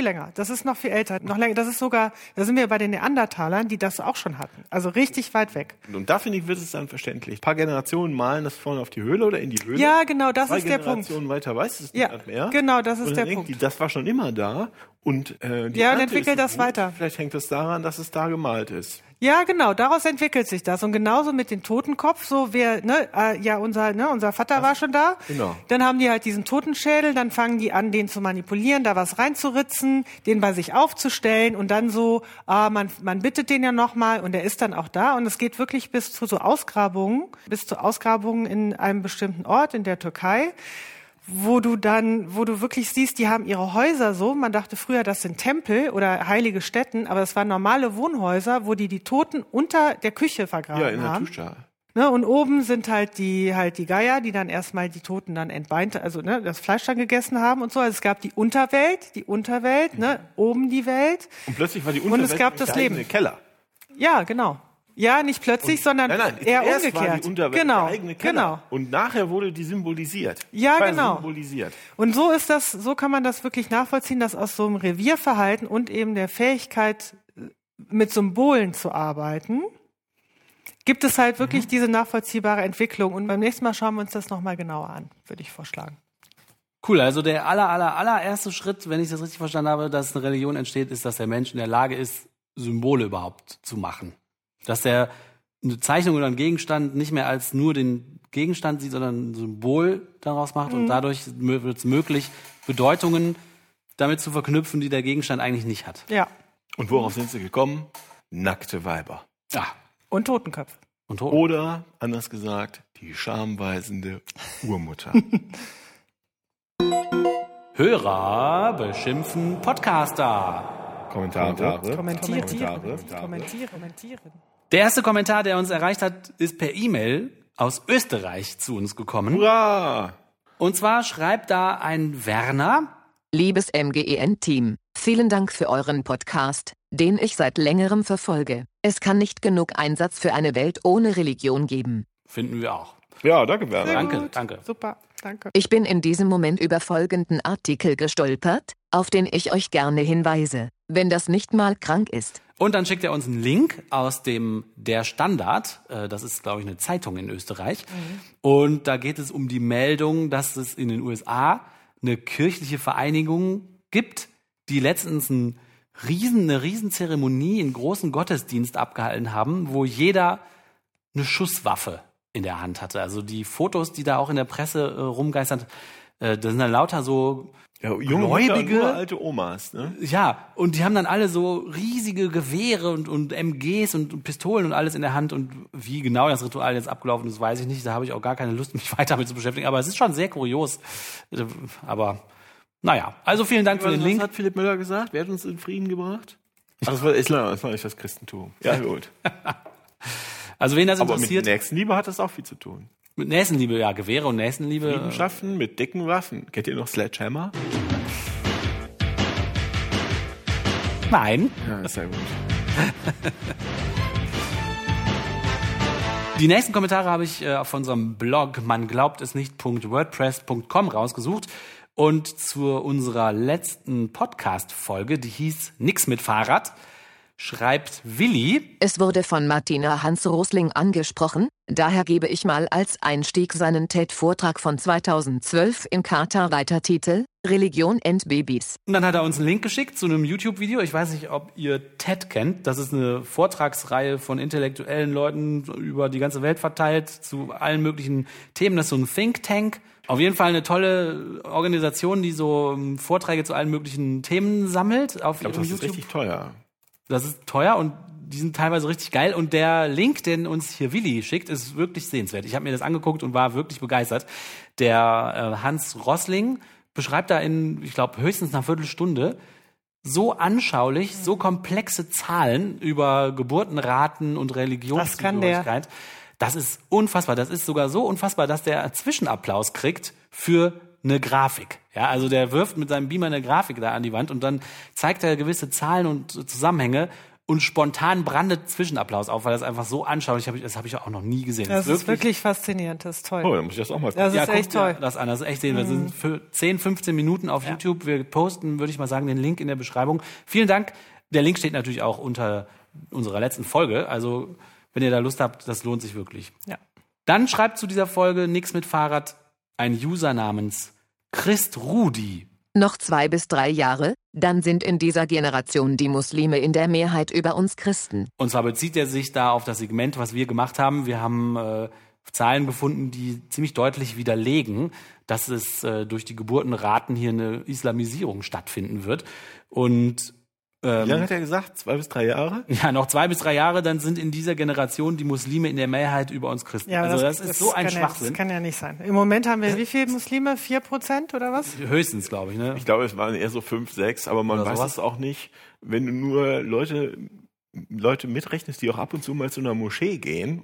länger. Das ist noch viel älter, noch länger. Das ist sogar, da sind wir bei den Neandertalern, die das auch schon hatten. Also richtig weit weg. Und da, finde ich, wird es dann verständlich. Ein paar Generationen malen das vorne auf die Höhle oder in die Höhle. Ja, genau, das 2 ist der Punkt. Generationen weiter weiß es Ja, nicht mehr. genau, das ist und der dann Punkt. Die, das war schon immer da. Und die Ja, und Ernte entwickelt ist das gut. weiter. Vielleicht hängt es daran, dass es da gemalt ist. Ja, genau, daraus entwickelt sich das. Und genauso mit dem Totenkopf, so wer, unser Vater war schon da. Genau. Dann haben die halt diesen Totenschädel, dann fangen die an, den zu manipulieren, da was reinzuritzen, den bei sich aufzustellen und dann so, man bittet den ja nochmal und der ist dann auch da. Und es geht wirklich bis zu Ausgrabungen in einem bestimmten Ort in der Türkei, wo du wirklich siehst, die haben ihre Häuser so, man dachte früher, das sind Tempel oder heilige Stätten, aber es waren normale Wohnhäuser, wo die Toten unter der Küche vergraben Ja, in der haben. Tuschal. Ne, und oben sind halt die Geier, die dann erstmal die Toten dann entbeint, also das Fleisch dann gegessen haben und so. Also es gab die Unterwelt, ne, oben die Welt. Und plötzlich war die Und Unterwelt es gab das der eigene Leben. Keller. Ja, genau. Ja, nicht plötzlich, sondern Nein, eher erst umgekehrt. war die Unterwelt Genau, der eigene Keller. genau. Und nachher wurde die symbolisiert. Ja, Quasi genau. Symbolisiert. Und so kann man das wirklich nachvollziehen, dass aus so einem Revierverhalten und eben der Fähigkeit, mit Symbolen zu arbeiten, gibt es halt wirklich diese nachvollziehbare Entwicklung. Und beim nächsten Mal schauen wir uns das nochmal genauer an, würde ich vorschlagen. Cool, also der allererste Schritt, wenn ich das richtig verstanden habe, dass eine Religion entsteht, ist, dass der Mensch in der Lage ist, Symbole überhaupt zu machen. Dass er eine Zeichnung oder einen Gegenstand nicht mehr als nur den Gegenstand sieht, sondern ein Symbol daraus macht und dadurch wird es möglich, Bedeutungen damit zu verknüpfen, die der Gegenstand eigentlich nicht hat. Ja. Und worauf sind sie gekommen? Nackte Weiber. Ja. Und Totenköpfe. Und Toten. Oder, anders gesagt, die schamweisende Urmutter. Hörer beschimpfen Podcaster. Kommentare. Kommentieren. Der erste Kommentar, der uns erreicht hat, ist per E-Mail aus Österreich zu uns gekommen. Hurra! Und zwar schreibt da ein Werner. Liebes MGEN-Team, vielen Dank für euren Podcast, den ich seit längerem verfolge. Es kann nicht genug Einsatz für eine Welt ohne Religion geben. Finden wir auch. Ja, danke, Werner. Danke. Super, danke. Ich bin in diesem Moment über folgenden Artikel gestolpert, auf den ich euch gerne hinweise, wenn das nicht mal krank ist. Und dann schickt er uns einen Link aus dem Der Standard. Das ist, glaube ich, eine Zeitung in Österreich. Und da geht es um die Meldung, dass es in den USA eine kirchliche Vereinigung gibt, die letztens eine Riesenzeremonie, einen großen Gottesdienst abgehalten haben, wo jeder eine Schusswaffe in der Hand hatte. Also die Fotos, die da auch in der Presse rumgeistern, da sind dann lauter so junge Gläubige, alte Omas, ne? ja, und die haben dann alle so riesige Gewehre und MGs und Pistolen und alles in der Hand. Und wie genau das Ritual jetzt abgelaufen ist, weiß ich nicht. Da habe ich auch gar keine Lust, mich weiter damit zu beschäftigen. Aber es ist schon sehr kurios. Aber naja, also vielen Dank für den Link. Was hat Philipp Müller gesagt? Wer hat uns in Frieden gebracht? Ach, das war Islam, das war nicht das Christentum. Ja, gut. Also wen das Aber interessiert. mit Nächstenliebe hat das auch viel zu tun. Mit Nächstenliebe, ja, Gewehre und Nächstenliebe. Frieden schaffen mit dicken Waffen. Kennt ihr noch Sledgehammer? Nein. Ja, ist ja gut. Die nächsten Kommentare habe ich auf unserem Blog manglaubtesnicht.wordpress.com rausgesucht. Und zu unserer letzten Podcast-Folge, die hieß Nix mit Fahrrad, schreibt Willi. Es wurde von Martina Hans-Rosling angesprochen, daher gebe ich mal als Einstieg seinen TED-Vortrag von 2012 in Katar weiter. Titel: Religion and Babys. Und dann hat er uns einen Link geschickt zu einem YouTube-Video. Ich weiß nicht, ob ihr TED kennt. Das ist eine Vortragsreihe von intellektuellen Leuten über die ganze Welt verteilt zu allen möglichen Themen. Das ist so ein Think Tank. Auf jeden Fall eine tolle Organisation, die so Vorträge zu allen möglichen Themen sammelt auf ihrem Das ist YouTube. richtig teuer. Das ist teuer und die sind teilweise richtig geil. Und der Link, den uns hier Willi schickt, ist wirklich sehenswert. Ich habe mir das angeguckt und war wirklich begeistert. Der Hans Rosling beschreibt da in, ich glaube, höchstens einer Viertelstunde so anschaulich, so komplexe Zahlen über Geburtenraten und Religionszugehörigkeit. Das ist unfassbar. Das ist sogar so unfassbar, dass der Zwischenapplaus kriegt für eine Grafik. Ja, also der wirft mit seinem Beamer eine Grafik da an die Wand und dann zeigt er gewisse Zahlen und Zusammenhänge und spontan brandet Zwischenapplaus auf, weil das einfach so anschaulich ist. Das habe ich auch noch nie gesehen. Das ist wirklich faszinierend, das ist toll. Oh, dann muss ich das auch mal Das ist echt toll. Das an, das ist echt sehen. Das sind für 10, 15 Minuten auf YouTube. Wir posten, würde ich mal sagen, den Link in der Beschreibung. Vielen Dank. Der Link steht natürlich auch unter unserer letzten Folge. Also, wenn ihr da Lust habt, das lohnt sich wirklich. Ja. Dann schreibt zu dieser Folge Nix mit Fahrrad ein User namens Christ Rudi. Noch 2 bis 3 Jahre, dann sind in dieser Generation die Muslime in der Mehrheit über uns Christen. Und zwar bezieht er sich da auf das Segment, was wir gemacht haben. Wir haben Zahlen gefunden, die ziemlich deutlich widerlegen, dass es durch die Geburtenraten hier eine Islamisierung stattfinden wird. Und wie lange hat er gesagt? 2 bis 3 Jahre? Ja, noch 2 bis 3 Jahre, dann sind in dieser Generation die Muslime in der Mehrheit über uns Christen. Ja, also das ist so ein Schwachsinn. Das kann ja nicht sein. Im Moment haben wir wie viele Muslime? 4% oder was? Höchstens, glaube ich. Ne? Ich glaube, es waren eher so 5, 6, aber man weiß es auch nicht. Wenn du nur Leute mitrechnest, die auch ab und zu mal zu einer Moschee gehen,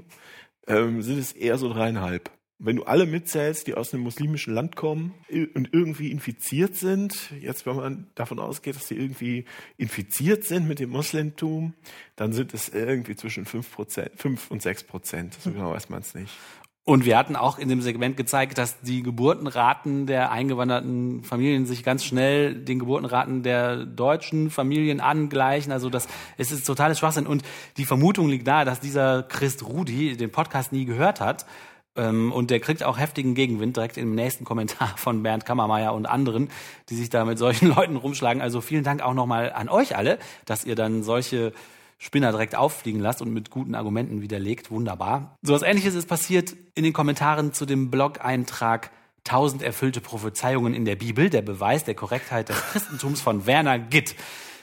sind es eher so 3,5. Wenn du alle mitzählst, die aus einem muslimischen Land kommen und irgendwie infiziert sind, jetzt wenn man davon ausgeht, dass sie irgendwie infiziert sind mit dem Muslimtum, dann sind es irgendwie zwischen 5 und 6%. So genau weiß man es nicht. Und wir hatten auch in dem Segment gezeigt, dass die Geburtenraten der eingewanderten Familien sich ganz schnell den Geburtenraten der deutschen Familien angleichen. Also es ist totales Schwachsinn. Und die Vermutung liegt nahe, dass dieser Christ Rudi den Podcast nie gehört hat. Und der kriegt auch heftigen Gegenwind direkt im nächsten Kommentar von Bernd Kammermeier und anderen, die sich da mit solchen Leuten rumschlagen. Also vielen Dank auch nochmal an euch alle, dass ihr dann solche Spinner direkt auffliegen lasst und mit guten Argumenten widerlegt. Wunderbar. So was Ähnliches ist passiert in den Kommentaren zu dem Blog-Eintrag 1000 erfüllte Prophezeiungen in der Bibel, der Beweis der Korrektheit des Christentums von Werner Gitt.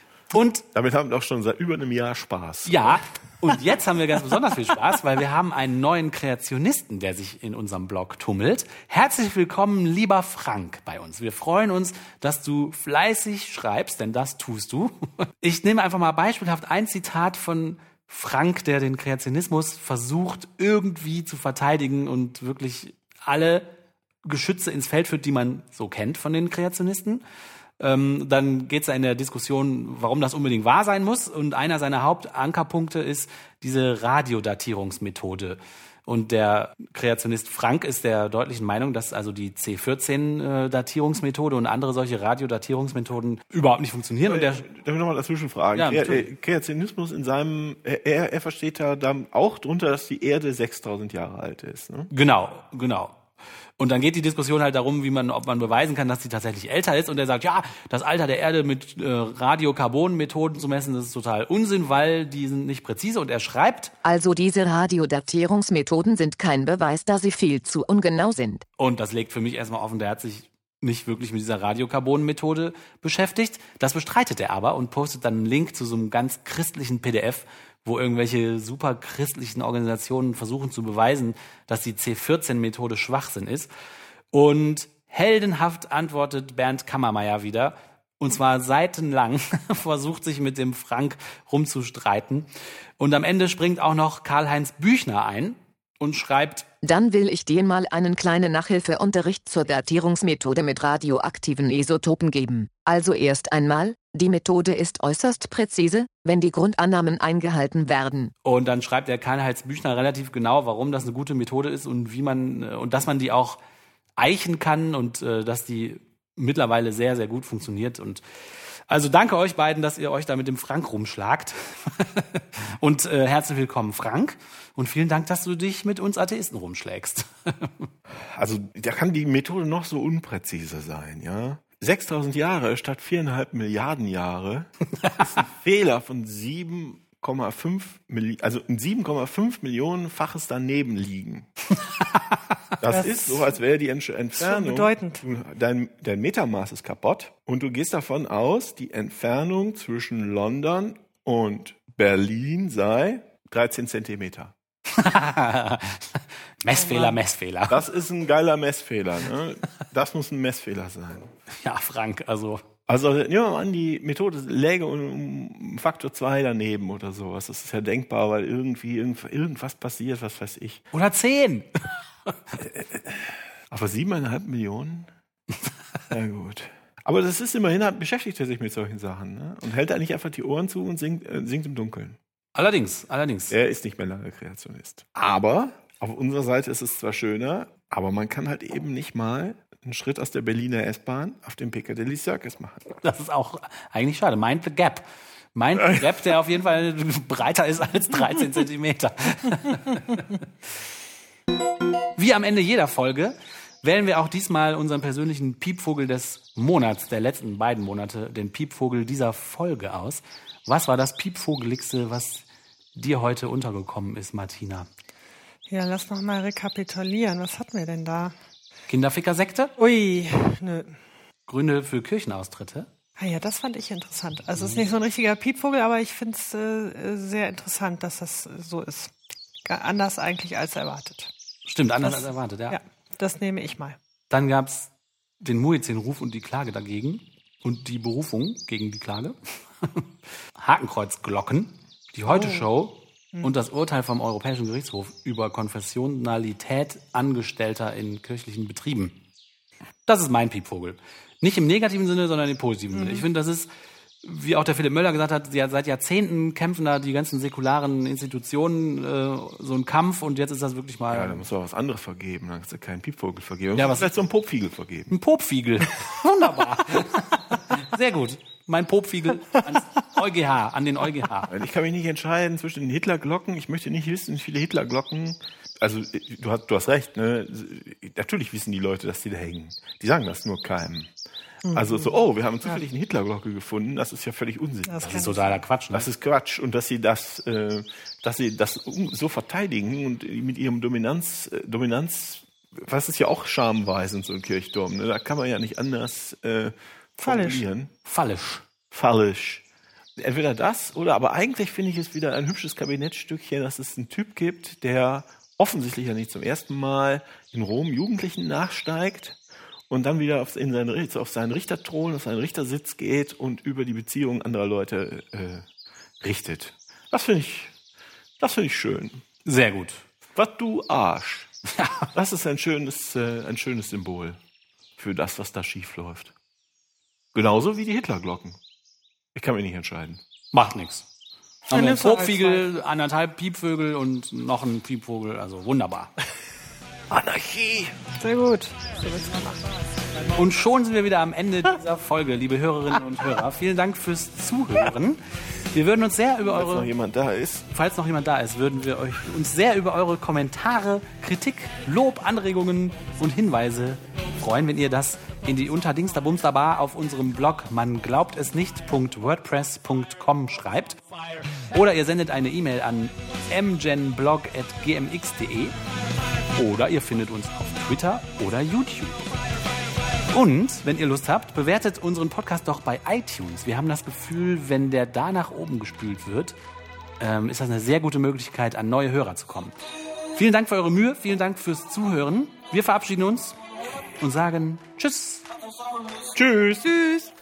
Und damit haben wir auch schon seit über einem Jahr Spaß. Ja, und jetzt haben wir ganz besonders viel Spaß, weil wir haben einen neuen Kreationisten, der sich in unserem Blog tummelt. Herzlich willkommen, lieber Frank, bei uns. Wir freuen uns, dass du fleißig schreibst, denn das tust du. Ich nehme einfach mal beispielhaft ein Zitat von Frank, der den Kreationismus versucht, irgendwie zu verteidigen und wirklich alle Geschütze ins Feld führt, die man so kennt von den Kreationisten. Dann geht es in der Diskussion, warum das unbedingt wahr sein muss. Und einer seiner Hauptankerpunkte ist diese Radiodatierungsmethode. Und der Kreationist Frank ist der deutlichen Meinung, dass also die C14-Datierungsmethode und andere solche Radiodatierungsmethoden überhaupt nicht funktionieren. Und darf ich nochmal dazwischen fragen? Ja, Kreationismus in seinem, er versteht da auch drunter, dass die Erde 6000 Jahre alt ist. Ne? Genau. Und dann geht die Diskussion halt darum, ob man beweisen kann, dass die tatsächlich älter ist. Und er sagt, ja, das Alter der Erde mit Radiokarbonmethoden zu messen, das ist total Unsinn, weil die sind nicht präzise. Und er schreibt: Also diese Radiodatierungsmethoden sind kein Beweis, da sie viel zu ungenau sind. Und das legt für mich erstmal offen, der hat sich nicht wirklich mit dieser Radiokarbon-Methode beschäftigt. Das bestreitet er aber und postet dann einen Link zu so einem ganz christlichen PDF, wo irgendwelche super christlichen Organisationen versuchen zu beweisen, dass die C14-Methode Schwachsinn ist. Und heldenhaft antwortet Bernd Kammermeier wieder, und zwar seitenlang, versucht sich mit dem Frank rumzustreiten. Und am Ende springt auch noch Karl-Heinz Büchner ein und schreibt: Dann will ich dir mal einen kleinen Nachhilfeunterricht zur Datierungsmethode mit radioaktiven Isotopen geben. Also erst einmal, die Methode ist äußerst präzise, wenn die Grundannahmen eingehalten werden. Und dann schreibt der Karl-Heinz Büchner relativ genau, warum das eine gute Methode ist und dass man die auch eichen kann und dass die mittlerweile sehr, sehr gut funktioniert. Und also danke euch beiden, dass ihr euch da mit dem Frank rumschlagt. Und herzlich willkommen, Frank. Und vielen Dank, dass du dich mit uns Atheisten rumschlägst. Also da kann die Methode noch so unpräzise sein, ja. 6000 Jahre statt 4,5 Milliarden Jahre ist ein Fehler von 7,5 Millionen, also ein 7,5 Millionenfaches daneben liegen. Das ist so, als wäre die Entfernung, bedeutend. Dein Metermaß ist kaputt und du gehst davon aus, die Entfernung zwischen London und Berlin sei 13 Zentimeter. Messfehler. Das ist ein geiler Messfehler. Ne? Das muss ein Messfehler sein. Ja, Frank, also nehmen wir mal an, die Methode läge um Faktor 2 daneben oder sowas. Das ist ja denkbar, weil irgendwas passiert, was weiß ich. Oder 10. Aber 7,5 Millionen? Ja gut. Aber das ist immerhin, beschäftigt er sich mit solchen Sachen, ne? Und hält eigentlich einfach die Ohren zu und singt im Dunkeln. Allerdings. Er ist nicht mehr lange Kreationist. Aber auf unserer Seite ist es zwar schöner, aber man kann halt eben nicht mal einen Schritt aus der Berliner S-Bahn auf dem Piccadilly Circus machen. Das ist auch eigentlich schade. Mind the Gap. Mind the Gap, der auf jeden Fall breiter ist als 13 Zentimeter. Wie am Ende jeder Folge wählen wir auch diesmal unseren persönlichen Piepvogel des Monats, der letzten beiden Monate, den Piepvogel dieser Folge aus. Was war das Piepvogeligste, was dir heute untergekommen ist, Martina? Ja, lass noch mal rekapitulieren. Was hatten wir denn da? Kinderfickersekte? Ui, nö. Gründe für Kirchenaustritte? Ah ja, das fand ich interessant. Also es ist nicht so ein richtiger Piepvogel, aber ich finde es sehr interessant, dass das so ist. Anders eigentlich als erwartet. Stimmt, anders als erwartet, ja. Ja, das nehme ich mal. Dann gab's den Muezzin-Ruf und die Klage dagegen und die Berufung gegen die Klage. Hakenkreuzglocken, die Heute-Show und das Urteil vom Europäischen Gerichtshof über Konfessionalität Angestellter in kirchlichen Betrieben. Das ist mein Piepvogel. Nicht im negativen Sinne, sondern im positiven Sinne. Ich finde, das ist, wie auch der Philipp Möller gesagt hat, seit Jahrzehnten kämpfen da die ganzen säkularen Institutionen so einen Kampf und jetzt ist das wirklich mal... Ja, dann musst du auch was anderes vergeben, dann kannst du keinen Piepvogel vergeben. Ja, was vielleicht so einen Popfiegel vergeben. Ein Popfiegel. Wunderbar. Sehr gut. Mein Popfiegel ans EuGH, an den EuGH. Ich kann mich nicht entscheiden zwischen den Hitlerglocken. Ich möchte nicht wissen, wie viele Hitlerglocken... Also, du hast recht, ne? Natürlich wissen die Leute, dass die da hängen. Die sagen das nur keinem. Also so, wir haben zufällig eine Hitlerglocke gefunden, das ist ja völlig unsinnig. Das ist totaler Quatsch, ne? Das ist Quatsch. Und dass sie das so verteidigen und mit ihrem Dominanz, was ist ja auch schamweisend, so ein Kirchturm, ne? Da kann man ja nicht anders formulieren. Fallisch. Entweder das oder, aber eigentlich finde ich es wieder ein hübsches Kabinettstückchen, dass es einen Typ gibt, der offensichtlich ja nicht zum ersten Mal in Rom Jugendlichen nachsteigt und dann wieder auf seinen Richterthron, auf seinen Richtersitz geht und über die Beziehungen anderer Leute richtet. Das finde ich schön. Sehr gut. Was du Arsch. Das ist ein schönes Symbol für das, was da schief läuft. Genauso wie die Hitlerglocken. Ich kann mich nicht entscheiden. Macht nichts. Haben wir einen Popfiegel, 1,5 Piepvögel und noch einen Piepvogel, also wunderbar. Anarchie! Sehr gut. So wird's gemacht. Und schon sind wir wieder am Ende dieser Folge, liebe Hörerinnen und Hörer. Vielen Dank fürs Zuhören. Wir würden uns sehr über Falls noch jemand da ist, würden wir uns sehr über eure Kommentare, Kritik, Lob, Anregungen und Hinweise freuen, wenn ihr das in die Unterdingsterbumsterbar auf unserem Blog manglaubtesnicht.wordpress.com schreibt. Oder ihr sendet eine E-Mail an mgenblog@gmx.de oder ihr findet uns auf Twitter oder YouTube. Und, wenn ihr Lust habt, bewertet unseren Podcast doch bei iTunes. Wir haben das Gefühl, wenn der da nach oben gespült wird, ist das eine sehr gute Möglichkeit, an neue Hörer zu kommen. Vielen Dank für eure Mühe, vielen Dank fürs Zuhören. Wir verabschieden uns und sagen Tschüss. Tschüss. Tschüss.